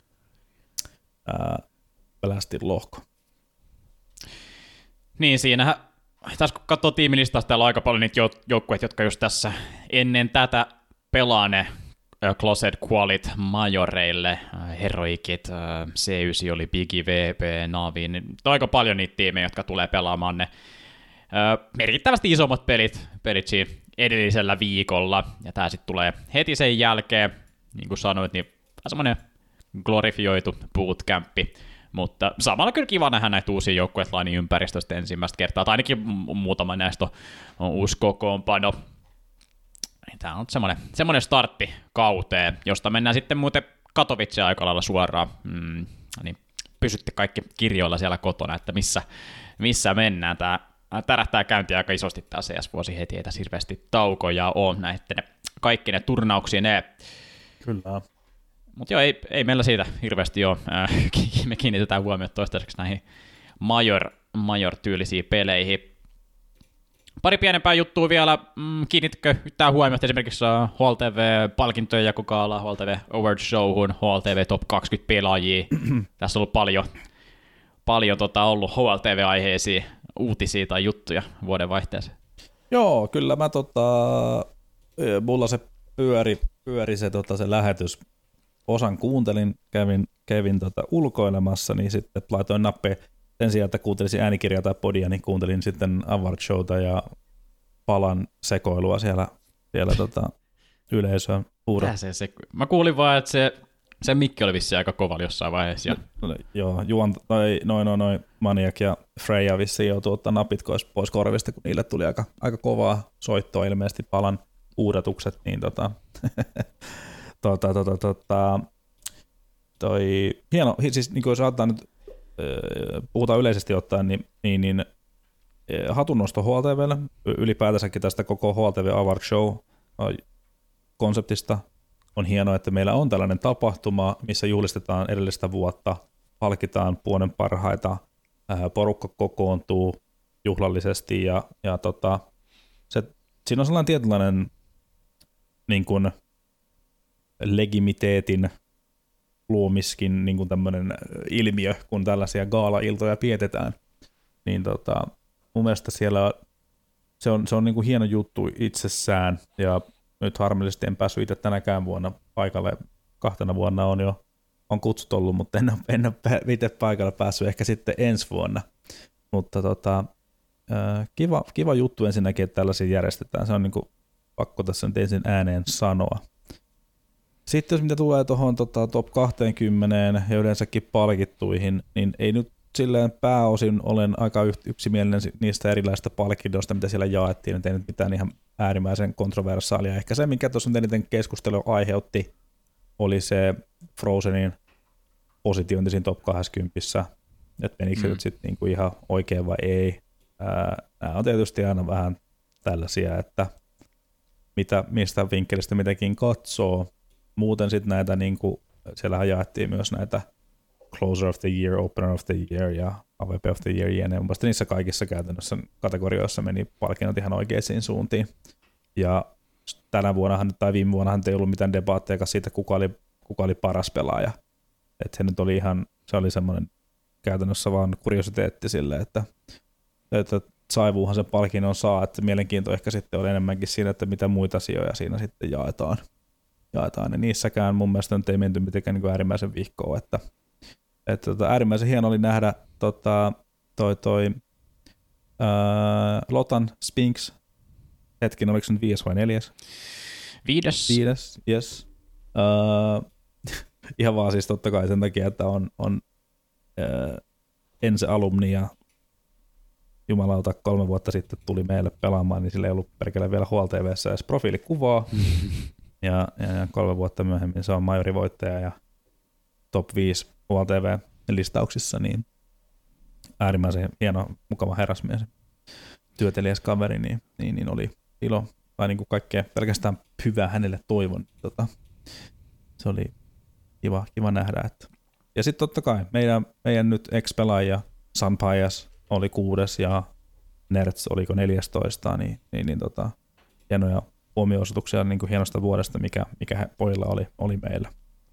[SPEAKER 2] Blastin lohko.
[SPEAKER 1] Niin, siinähän, tässä kun katsoo tiimilistasta, täällä on aika paljon niitä joukkueita, jotka just tässä ennen tätä pelaa ne Closet Qualit majoreille, Heroikit, C9 oli Bigi, VP, Navi, niin on aika paljon niitä tiimejä, jotka tulee pelaamaan ne merkittävästi isommat pelit siinä edellisellä viikolla, ja tämä sitten tulee heti sen jälkeen, niin kuin sanoit, niin semmoinen glorifioitu bootcampi, mutta samalla kyllä kiva nähdä näitä uusia joukkueita Lainin ympäristöstä ensimmäistä kertaa, tai ainakin muutama näistä on uusi kokoonpano. Tämä on semmoinen startti kauteen, josta mennään sitten muuten Katowiceen aika lailla suoraan, niin pysytte kaikki kirjoilla siellä kotona, että missä mennään. Tämä tärähtää käyntiä aika isosti tämä CS-vuosi heti, ei tässä hirveästi taukoja ole näiden kaikki ne turnauksineen.
[SPEAKER 2] Kyllä.
[SPEAKER 1] Mutta joo, ei meillä siitä hirveästi ole. Me kiinnitetään huomiota toistaiseksi näihin major-tyylisiin peleihin. Pari pienempää juttua vielä. Kiinnitkö yhtään huomiota esimerkiksi HLTV-palkintojen jakokaala, HLTV Award Showhun, HLTV Top 20 pelaajia. Tässä on ollut paljon ollut HLTV-aiheisia uutisia tai juttuja vuoden vaihteeseen.
[SPEAKER 2] Joo, kyllä mä mulla se pyöri se lähetys. Osan kuuntelin, kävin ulkoilemassa, niin sitten laitoin nappeja. Sen sijaan, että kuuntelisin äänikirjaa tai podia, niin kuuntelin sitten Award Showta ja palan sekoilua siellä yleisöön.
[SPEAKER 1] Mä kuulin vaan, että se mikki oli vissiin aika kovalla jossain vaiheessa.
[SPEAKER 2] Joo, noin Maniac ja Freya vissiin joutuu ottaa napit pois korvista, kun niille tuli aika kovaa soittoa ilmeisesti palan uudatukset, niin hieno, siis niin kuin jos ajattaa nyt, puhutaan yleisesti ottaen, niin hatunnosto HLTVlle, ylipäätänsäkin tästä koko HLTV Award Show-konseptista. On hienoa, että meillä on tällainen tapahtuma, missä juhlistetaan edellistä vuotta, palkitaan vuoden parhaita, porukka kokoontuu juhlallisesti ja siinä on sellainen tietynlainen niin kuin legimiteetin luomiskin niin kuin tämmöinen ilmiö, kun tällaisia gaala-iltoja pietetään, niin mun mielestä siellä se on niin kuin hieno juttu itsessään, ja nyt harmillisesti en päässyt itse tänäkään vuonna paikalle, 2 vuonna on kutsut ollut, mutta en ole itse paikalle päässyt ehkä sitten ensi vuonna, mutta kiva juttu ensinnäkin, että tällaisia järjestetään, se on niin kuin pakko tässä nyt ensin ääneen sanoa. Sitten jos mitä tulee tuohon top 20 ja yleensäkin palkittuihin, niin ei nyt silleen pääosin olen aika yksimielinen niistä erilaisista palkinnoista, mitä siellä jaettiin, että ei nyt mitään ihan äärimmäisen kontroversaalia. Ehkä se, mikä tuossa eniten keskustelua aiheutti, oli se Frozenin positiointi siinä top 20, että menikö se nyt sitten niinku ihan oikein vai ei. Nämä on tietysti aina vähän tällaisia, että mistä vinkkelistä mitäkin katsoo. Muuten sitten näitä, niinku, siellähän jaettiin myös näitä Closer of the Year, Opener of the Year ja AVP of the Year jne. Mun mielestä niissä kaikissa käytännössä kategorioissa meni palkinnot ihan oikeisiin suuntiin. Ja tänä vuonnahan tai viime vuonnahan ei ollut mitään debaatteja siitä, kuka oli paras pelaaja. Että se oli semmoinen käytännössä vaan kuriositeetti sille, että Saivuuhan sen palkinnon saa, että mielenkiinto ehkä sitten on enemmänkin siinä, että mitä muita asioita siinä sitten jaetaan. Ja niissäkään mun mielestä nyt ei menty mitenkään niin kuin äärimmäisen vihkoon, että äärimmäisen hieno oli nähdä Lotan Spinks, hetken, oliko se nyt 5 vai 4?
[SPEAKER 1] 5.
[SPEAKER 2] Yes. Ihan vaan siis totta kai sen takia, että on Ense-alumni ja jumalauta 3 vuotta sitten tuli meille pelaamaan, niin sillä ei ollut perkele vielä HuolTV:ssä edes profiilikuvaa. ja 3 vuotta myöhemmin se on majorivoittaja ja top 5 HuolTV-listauksissa, niin äärimmäisen hieno, mukava herrasmies, työtelijäs kaveri, niin oli ilo, tai niin kuin kaikkea pelkästään hyvää hänelle toivon. Se oli kiva nähdä. Että. Ja sitten totta kai meidän nyt ex-pelaaja Sanpajas oli 6. ja Nerts oliko 14, niin hienoja huomio-osoituksia niin kuin hienosta vuodesta, mikä pojilla oli meillä.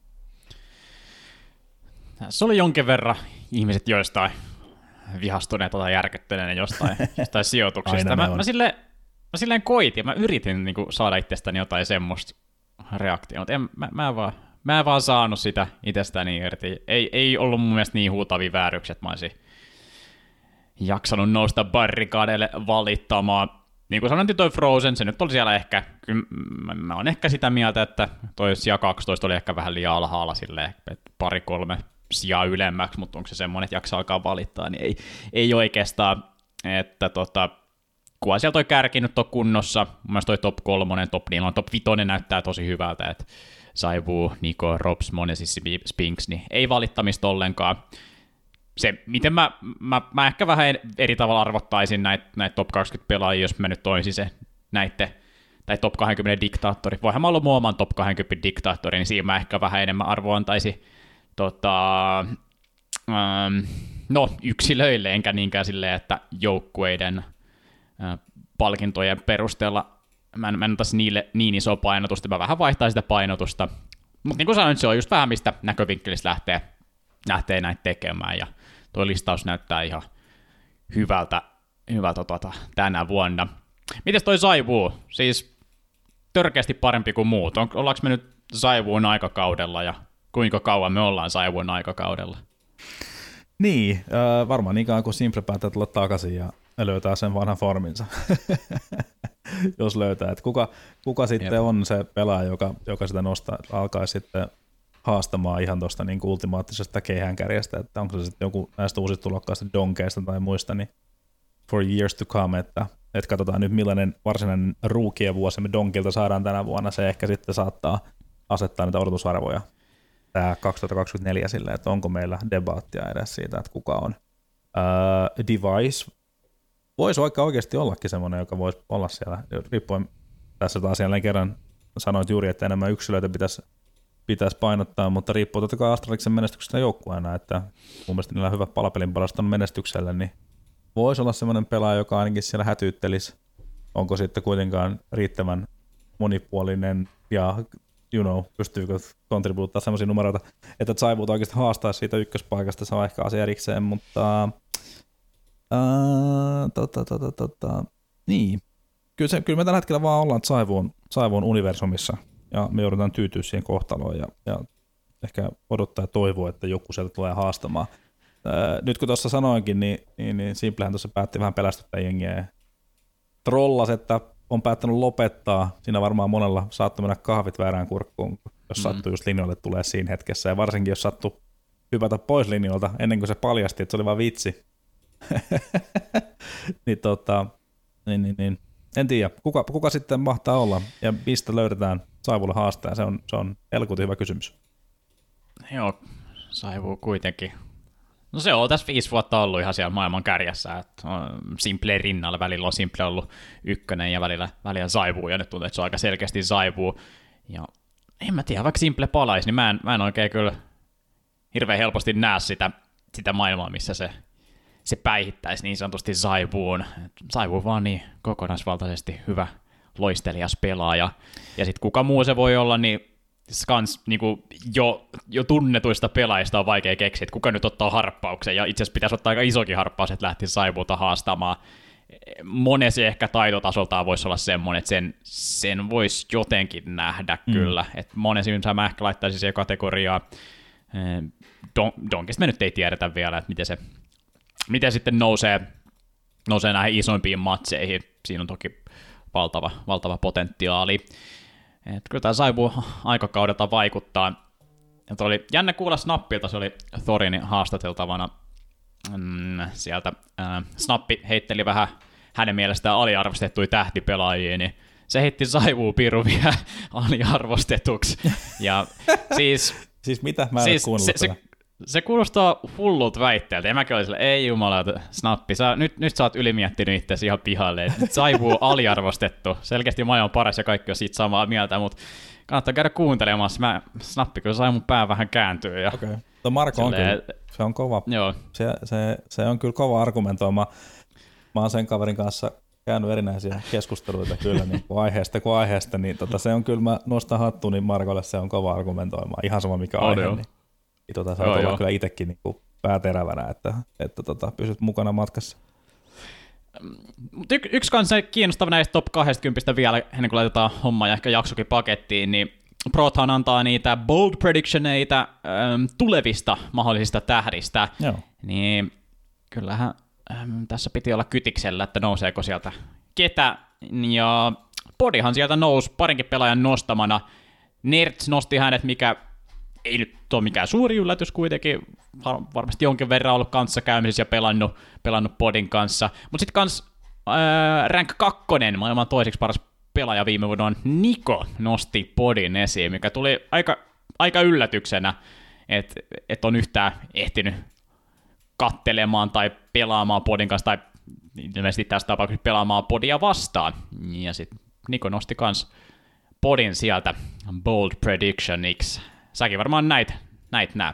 [SPEAKER 1] Tässä oli jonkin verran ihmiset joistain vihastuneet tai järkyttyneet jostain sijoituksista. Mä silleen koitin, mä yritin niin kuin saada itsestäni jotain semmoista reaktiota, mutta mä en vaan saanut sitä itsestäni irti. Ei ollut mun mielestä niin huutavia vääryksiä, että mä olisin jaksanut nousta barrikadeille valittamaan. Niin kuin sanoin, toi Frozen, se nyt oli siellä ehkä, kyllä mä oon ehkä sitä mieltä, että toi sija 12 oli ehkä vähän liian alhaalla silleen, että 2-3 sijaa ylemmäksi, mutta onko se semmoinen, että jaksaa alkaa valittaa, niin ei oikeastaan, että kunhan siellä toi kärki nyt on kunnossa, mun mielestä toi top 3, top 4, top 5 näyttää tosi hyvältä, että Saivu, Niko, Robs, Monesis, Spinks, niin ei valittamista ollenkaan. Se, miten mä ehkä vähän eri tavalla arvottaisin näitä top 20 pelaajia, jos mä nyt toisin se näitte, tai top 20 diktaattori. Voihan mä olla mun oman top 20 diktaattori, niin siinä mä ehkä vähän enemmän arvoa antaisi yksilöille, enkä niinkään silleen, että joukkueiden palkintojen perusteella mä en antaisi niille niin isoa painotusta, mä vähän vaihtaisin sitä painotusta. Mutta niin kuin sanoin, se on just vähän mistä näkövinkkelistä lähtee näitä tekemään, ja tuo listaus näyttää ihan hyvältä tänä vuonna. Mites toi Saivu? Siis törkeästi parempi kuin muut. Ollaanko me nyt Saivuun aikakaudella, ja kuinka kauan me ollaan Saivuun aikakaudella?
[SPEAKER 2] Niin, varmaan niin kauan kuin Simple päättää tulla takaisin ja löytää sen vanhan forminsa. Jos löytää, että kuka sitten on se pelaaja, joka sitä alkaisi sitten haastamaan ihan tuosta niin ultimaattisesta keihäänkärjestä, että onko se sitten joku näistä uusista tulokkaista donkeista tai muista, niin for years to come, että katsotaan nyt millainen varsinainen ruukien vuosi me donkilta saadaan tänä vuonna, se ehkä sitten saattaa asettaa niitä odotusarvoja tämä 2024 silleen, että onko meillä debaattia edes siitä, että kuka on. Device voisi oikeasti ollakin semmoinen, joka voisi olla siellä, riippuen tässä taas jälleen kerran sanoit juuri, että enemmän yksilöitä pitäisi painottaa, mutta riippuu totta kai Astraliksen menestyksestä joukkueena, että mun mielestä niillä on hyvä palapelin palaston menestykselle, niin voisi olla semmoinen pelaaja, joka ainakin siellä hätyyttelisi, onko sitten kuitenkaan riittävän monipuolinen ja pystyykö kontribuuttaa semmoisia numeroita, että Saivuut oikeasti haastaisi siitä ykköspaikasta, se on ehkä asia erikseen, mutta niin. Kyllä me tällä hetkellä vaan ollaan Saivuun universumissa ja me joudutaan tyytyä siihen kohtaloon ja ehkä odottaa ja toivoa, että joku sieltä tulee haastamaan. Nyt kun tuossa sanoinkin, niin Simplehän tuossa päätti vähän pelästyttää jengiä ja trollas, että on päättänyt lopettaa. Siinä varmaan monella saattoi mennä kahvit väärään kurkkuun, jos sattuu just linjoille tulee siinä hetkessä ja varsinkin jos sattuu hypätä pois linjoilta ennen kuin se paljasti, että se oli vaan vitsi. niin. En tiedä, kuka sitten mahtaa olla ja mistä löydetään Saivulle haastaja, se on helkutin hyvä kysymys.
[SPEAKER 1] Joo, Saivu kuitenkin. No se on tässä 5 vuotta ollut ihan siellä maailman kärjessä, että Simple rinnalla, välillä on Simple ollut 1 ja välillä Saivu, ja nyt tuntuu, että se on aika selkeästi Saivu. Ja en mä tiedä, vaikka Simple palaisi, niin mä en oikein kyllä hirveän helposti näe sitä maailmaa, missä se päihittäisi niin sanotusti Saivuun. Saivu vaan niin kokonaisvaltaisesti hyvä loistelijas pelaaja. Ja sitten kuka muu se voi olla, niin kans niinku jo tunnetuista pelaajista on vaikea keksiä, että kuka nyt ottaa harppauksen. Ja itse asiassa pitäisi ottaa aika isokin harppaus, että lähtisi Saivuuta haastamaan. Monesi ehkä taitotasoltaan voisi olla semmoinen, että sen voisi jotenkin nähdä kyllä. Että monesi mä ehkä laittaisin siihen kategoriaan. Donkista me nyt ei tiedetä vielä, että miten sitten nousee näihin isoimpiin matseihin. Siinä on toki valtava potentiaali. Et kyllä tämä Saivu aikakaudelta vaikuttaa. Et oli jännä kuulla Snappilta, se oli Thorin haastateltavana sieltä Snappi heitteli vähän hänen mielestään aliarvostettuja tähtipelaajia, niin se heitti Saivuu Piru vielä aliarvostetuksi. Ja
[SPEAKER 2] siis mitä? Mä en ole kuunnellut
[SPEAKER 1] se kuulostaa hullulta väitteeltä. Ja mäkin olin silleen, ei jumala, Snappi, nyt sä oot ylimiettinyt itseäsi ihan pihalle. Et Saivuu aliarvostettu. Selkeästi maailman paras ja kaikki on siitä samaa mieltä, mutta kannattaa käydä kuuntelemassa. Snappi kyllä sai mun pää vähän kääntyä. Ja
[SPEAKER 2] okei. Marko on kyllä, se on kova.
[SPEAKER 1] Joo.
[SPEAKER 2] Se on kyllä kova argumentoima. Mä oon sen kaverin kanssa käynyt erinäisiä keskusteluita kyllä niin kuin aiheesta, niin se on kyllä, mä nostan hattuun, niin Markolle se on kova argumentoima. Ihan sama mikä aihe, niin sä olla kyllä itsekin niin kuin pääterävänä, että pysyt mukana matkassa.
[SPEAKER 1] Yksi kanssa kiinnostava näistä top 20 vielä, ennen kuin laitetaan homma ja ehkä jaksokin pakettiin, niin Prothan antaa niitä bold predictioneita tulevista mahdollisista tähdistä.
[SPEAKER 2] Joo.
[SPEAKER 1] Niin kyllähän tässä piti olla kytiksellä, että nouseeko sieltä ketä. Ja Podihan sieltä nousi parinkin pelaajan nostamana. Nerds nosti hänet, mikä ei nyt ole mikään suuri yllätys kuitenkin. Varmasti jonkin verran ollut kanssakäymisissä ja pelannut Podin kanssa. Mutta sitten kans rank 2, maailman toiseksi paras pelaaja viime vuonna Niko nosti Podin esiin, mikä tuli aika yllätyksenä, että on yhtään ehtinyt kattelemaan tai pelaamaan Podin kanssa, tai ilmeisesti tässä tapauksessa pelaamaan Podia vastaan. Ja sitten Niko nosti kans Podin sieltä bold predictioniksi. Säkin varmaan näit nää.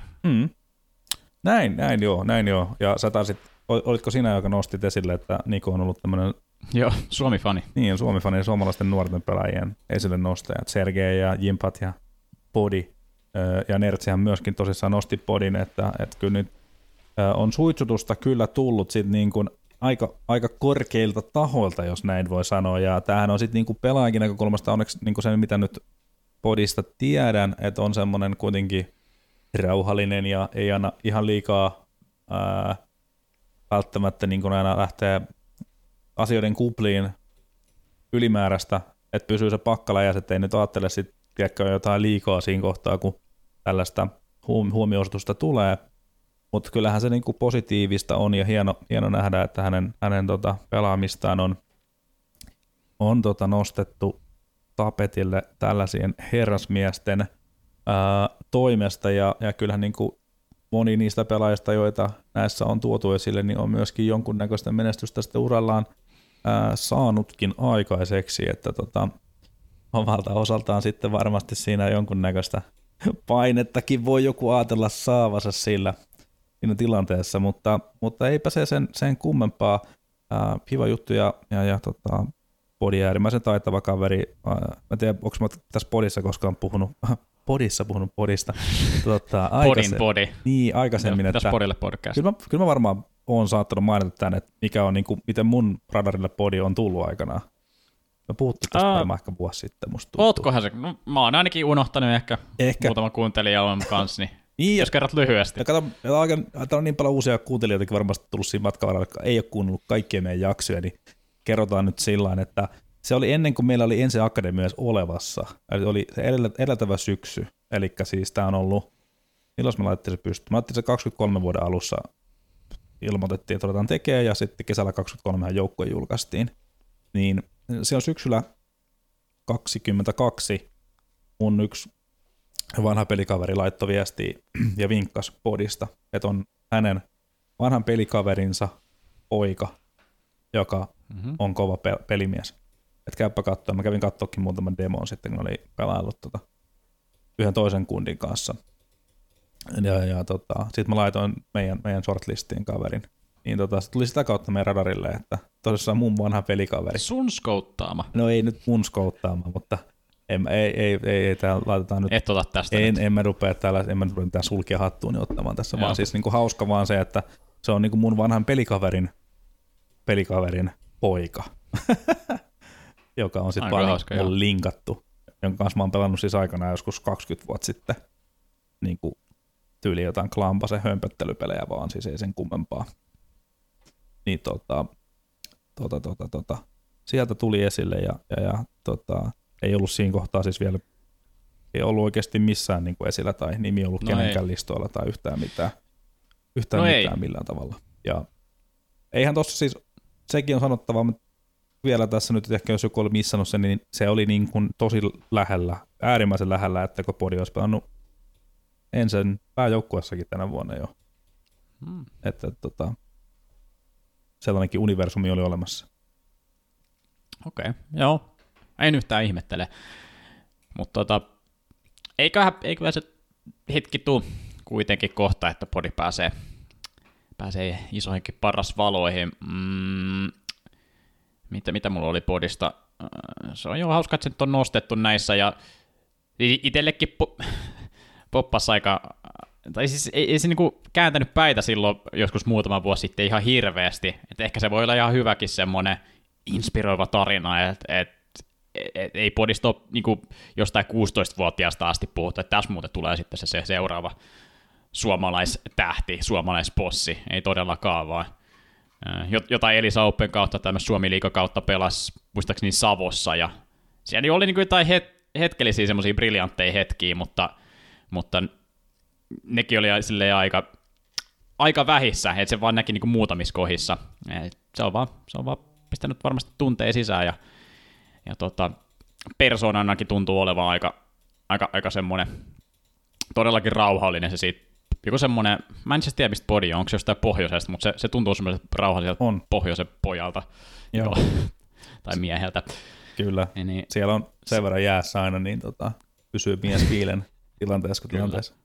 [SPEAKER 2] Näin joo. Ja sä olitko sinä, joka nostit esille, että Niko on ollut tämmöinen...
[SPEAKER 1] Joo, Suomi-fani.
[SPEAKER 2] Niin, Suomi-fani ja suomalaisten nuorten pelaajien esille nostajat. Sergei ja Jimpat ja Podi. Ja Nertsihän myöskin tosissaan nosti Podin, että kyllä nyt on suitsutusta kyllä tullut sit niin kuin aika korkeilta tahoilta, jos näin voi sanoa. Ja tämähän on sitten niin kuin pelaajankin näkökulmasta onneksi niin kuin sen, mitä nyt Podista tiedän, että on semmoinen kuitenkin rauhallinen ja ei aina ihan liikaa välttämättä niin kuin aina lähtee asioiden kupliin ylimääräistä, että pysyy se pakkaläjäs, ettei nyt ajattele sitten jotain liikaa siinä kohtaa, kun tällaista huomio-osoitusta tulee. Mutta kyllähän se niinku positiivista on ja hieno nähdä, että hänen pelaamistaan on nostettu tapetille tällaisien herrasmiesten toimesta ja kyllähän niinku moni niistä pelaajista, joita näissä on tuotu esille, niin on myöskin jonkunnäköistä menestystä sitten urallaan saanutkin aikaiseksi, että omalta osaltaan sitten varmasti siinä jonkunnäköistä painettakin voi joku ajatella saavansa siinä tilanteessa, mutta eipä se sen kummempaa. Hiva juttu ja Podi äärimmäisen taitava kaveri. Mä en tiedä, onko mä tässä Podissa koskaan puhunut Podista.
[SPEAKER 1] Podin Podi.
[SPEAKER 2] Niin, aikaisemmin.
[SPEAKER 1] Tässä Podille podcast.
[SPEAKER 2] Kyllä mä varmaan oon saattanut mainita tämän, että mikä on, niin kuin, miten mun radarille Podi on tullut aikanaan. Me puhuttiin tästä varmaan ehkä vuosi sitten, musta tuntuu.
[SPEAKER 1] Ootkohan se? No, mä oon ainakin unohtanut ehkä. Muutama kuuntelija on kanssa, niin jos kerrot lyhyesti.
[SPEAKER 2] Ja kato, täällä on niin paljon uusia kuuntelijoitakin varmasti tullut siinä matkalla, jotka ei ole kuunnellut kaikkia meidän jaksoja, niin kerrotaan nyt sillain, että se oli ennen kuin meillä oli ensi akatemia olevassa. Eli oli se edeltävä syksy, eli siis tämä on ollut, milloin me laitettiin se pystyyn? Me laitettiin se 23 vuoden alussa, ilmoitettiin, että ruvetaan tekemään, ja sitten kesällä 23 joukkue julkaistiin. Niin se on syksyllä 22 mun yksi vanha pelikaveri laittoi viestiä ja vinkkasi Podista, että on hänen vanhan pelikaverinsa poika, joka on kova pelimies. Että käypä katsoa. Mä kävin katsoakin muutaman demon sitten, kun oli pelaillut yhden toisen kundin kanssa. Ja sitten mä laitoin meidän shortlistiin kaverin. Niin se tuli sitä kautta meidän radarille, että tosissaan mun vanha pelikaveri.
[SPEAKER 1] Sun skouttaama.
[SPEAKER 2] No ei nyt mun skouttaama, mutta ei täällä laitetaan nyt.
[SPEAKER 1] Et ota tästä
[SPEAKER 2] en mä rupea mitään sulkia hattuun ottamaan tässä, vaan siis niinku hauska vaan se, että se on niinku mun vanhan pelikaverin poika, joka on sitten vaan niinku linkattu, jonka kanssa mä oon pelannut siis aikanaan joskus 20 vuotta sitten niinku tyyli jotain klampasen hömpöttelypelejä vaan, siis ei sen kummempaa. Niin sieltä tuli esille ja ei ollut siinä kohtaa siis vielä, ei ollut oikeasti missään niin kuin esillä tai nimi ollut kenenkään listoilla tai yhtään mitään millään tavalla. Ja eihän tossa siis, sekin on sanottava, mutta vielä tässä nyt ehkä jos joku oli missannut sen, niin se oli niin kuin tosi lähellä, äärimmäisen lähellä, että kun Podi olisi pelannut ensin pääjoukkueessakin tänä vuonna jo. Että sellainenkin universumi oli olemassa.
[SPEAKER 1] Okei, joo. En yhtään ihmettele. Mutta eiköhän se hetki tuu kuitenkin kohta, että Podi pääsee isoihinkin parasvaloihin. Mitä mulla oli Podista? Se on jo hauska, että se nyt on nostettu näissä, ja itsellekin poppasi aika, tai siis ei se niinku kääntänyt päitä silloin joskus muutama vuosi sitten ihan hirveästi, että ehkä se voi olla ihan hyväkin semmoinen inspiroiva tarina, että ei Podista ole niinku jostain 16-vuotiaasta asti puhuttu, että tässä muuten tulee sitten se seuraava suomalaistähti, suomalaispossi, ei todellakaan vaan. Jotain Elisa Open kautta, tämmöistä Suomi-liiga kautta pelasi muistaakseni Savossa, ja siellä oli niinku jotain hetkellisiä semmoisia briljantteja hetkiä, mutta nekin oli silleen aika vähissä, että se vaan näki niinku muutamissa kohdissa. Se on vaan pistänyt varmasti tunteen sisään, ja persoonanakin tuntuu olevan aika semmoinen todellakin rauhallinen se siitä. Joku semmoinen, mä en siis tiedä mistä Podi on, onko se jostain pohjoisesta, mutta se tuntuu semmoiselta rauhalliselta pohjoisen pojalta. Joo. Tai mieheltä.
[SPEAKER 2] Kyllä, niin, siellä on sen verran jäässä aina, niin pysyy mies kiilen tilanteessa kuin tilanteessa.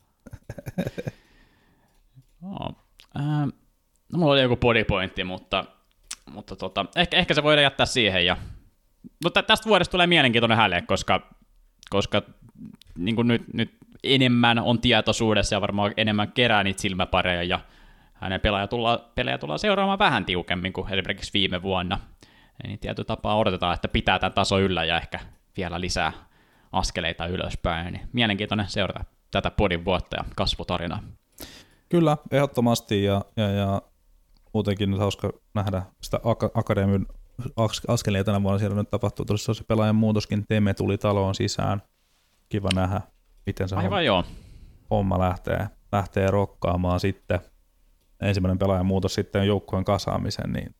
[SPEAKER 1] No, mulla oli joku bodypointti, mutta ehkä se voidaan jättää siihen. Mutta tästä vuodesta tulee mielenkiintoinen hälle, koska niin kuin nyt enemmän on tietoisuudessa ja varmaan enemmän kerää niitä silmäpareja, ja hänen pelejä tullaan seuraamaan vähän tiukemmin kuin esimerkiksi viime vuonna. Niin tietyllä tapaa odotetaan, että pitää tämän taso yllä ja ehkä vielä lisää askeleita ylöspäin. Niin mielenkiintoinen seurata tätä Podin vuotta ja kasvutarinaa.
[SPEAKER 2] Kyllä, ehdottomasti, ja muutenkin nyt hauska nähdä sitä akademian askelia tänä vuonna. Siellä nyt tapahtuu tosiaan se pelaajan muutoskin. Teme tuli taloon sisään. Kiva nähdä, miten se homma lähtee rokkaamaan sitten. Ensimmäinen pelaajan muutos sitten on joukkueen kasaamisen, niin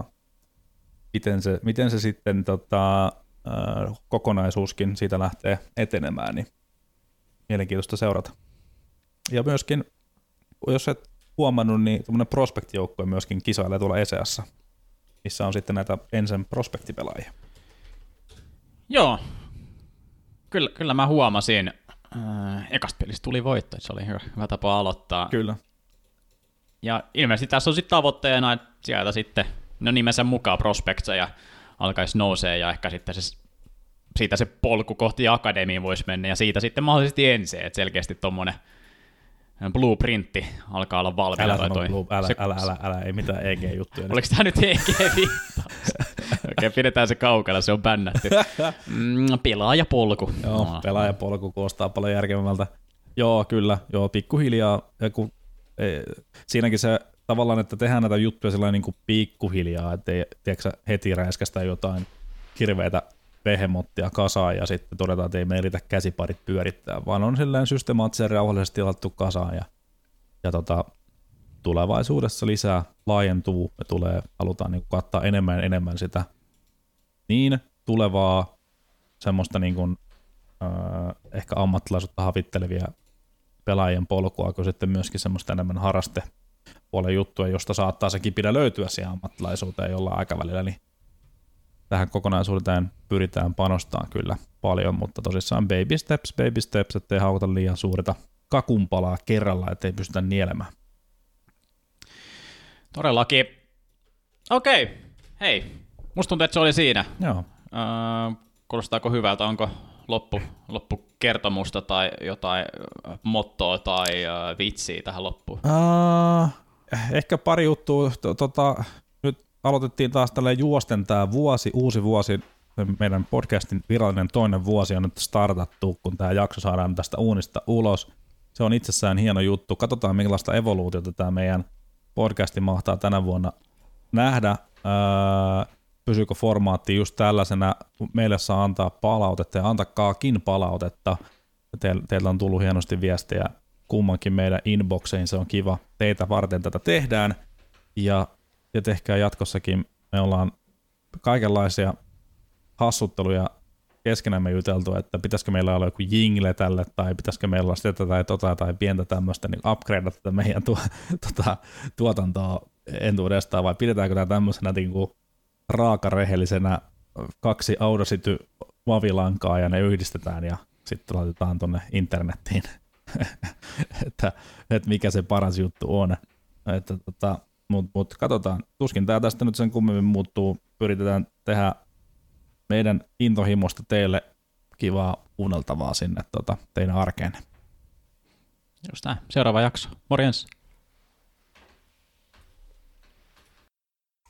[SPEAKER 2] miten se sitten kokonaisuuskin siitä lähtee etenemään, niin mielenkiintoista seurata. Ja myöskin, jos et huomannut, niin tämmöinen prospektijoukkue myöskin kisailee tuolla ESEassa, missä on sitten näitä ensin prospektipelaajia.
[SPEAKER 1] Joo, kyllä mä huomasin. Ekasta pelistä tuli voitto, se oli hyvä tapa aloittaa.
[SPEAKER 2] Kyllä.
[SPEAKER 1] Ja ilmeisesti tässä on sitten tavoitteena, että sieltä sitten nimensä mukaan prospektseja alkaisi nousee, ja ehkä sitten siitä se polku kohti akademiin voisi mennä, ja siitä sitten mahdollisesti ensin, että selkeästi tuommoinen blueprintti alkaa olla valmiina.
[SPEAKER 2] Älä, ei mitään EG-juttuja.
[SPEAKER 1] Oliko tämä nyt EG-viittaus? Okei, pidetään se kaukana, se on bännätty. Pelaajapolku.
[SPEAKER 2] Joo, pelaajapolku kuulostaa paljon järkevämmältä. Joo, kyllä, joo, pikkuhiljaa. Siinäkin se tavallaan, että tehdään näitä juttuja sellainen niin kuin pikkuhiljaa, ettei heti räiskästä jotain hirveätä vehemottia kasaan ja sitten todetaan, että ei me eritä käsiparit pyörittää, vaan on silleen systemaattisen rauhallisesti alattu kasaan ja tulevaisuudessa lisää laajentuu ja halutaan niin kuin kattaa enemmän sitä niin tulevaa semmoista niin kuin, ehkä ammattilaisuutta havittelevia pelaajien polkua, kuin sitten myöskin semmoista enemmän harrastepuolen juttua, josta saattaa se kipinä löytyä siihen ammattilaisuuteen jollain aikavälillä, niin tähän kokonaisuuteen pyritään panostamaan kyllä paljon, mutta tosissaan baby steps, ettei hauta liian suurta kakunpalaa kerralla, ettei pystytä nielemään.
[SPEAKER 1] Todellakin. Okei, hei, musta tuntuu, että se oli siinä.
[SPEAKER 2] Joo.
[SPEAKER 1] Kuulostaako hyvältä, onko loppukertomusta tai jotain mottoa tai vitsiä tähän loppuun?
[SPEAKER 2] Ehkä pari juttua. Nyt aloitettiin taas tälleen juosten tämä uusi vuosi. Meidän podcastin virallinen toinen vuosi on nyt startattu, kun tämä jakso saadaan tästä uunista ulos. Se on itsessään hieno juttu. Katsotaan, millaista evoluutiota tämä meidän podcasti mahtaa tänä vuonna nähdä. Pysyykö formaatti just tällaisena? Meille saa antaa palautetta ja antakaakin palautetta. Teiltä on tullut hienosti viestejä kummankin meidän inboxeihin. Se on kiva. Teitä varten tätä tehdään. ja tehkää jatkossakin. Me ollaan kaikenlaisia hassutteluja keskenämme juteltu, että pitäisikö meillä olla joku jingle tälle, tai pitäisikö meillä olla sitä tai tai pientä tämmöistä, niin upgradea tätä meidän tuotantoa entuudestaan, vai pidetäänkö tämä tämmöisenä niin kuin raakarehellisenä 2 Audacity vavilankaa ja ne yhdistetään ja sitten laitetaan tuonne internettiin, että mikä se paras juttu on. Mutta katsotaan, tuskin tämä tästä nyt sen kummemmin muuttuu, yritetään tehdä meidän intohimosta teille kivaa kuunneltavaa sinne teidän arkeen.
[SPEAKER 1] Just näin. Seuraava jakso. Morjens.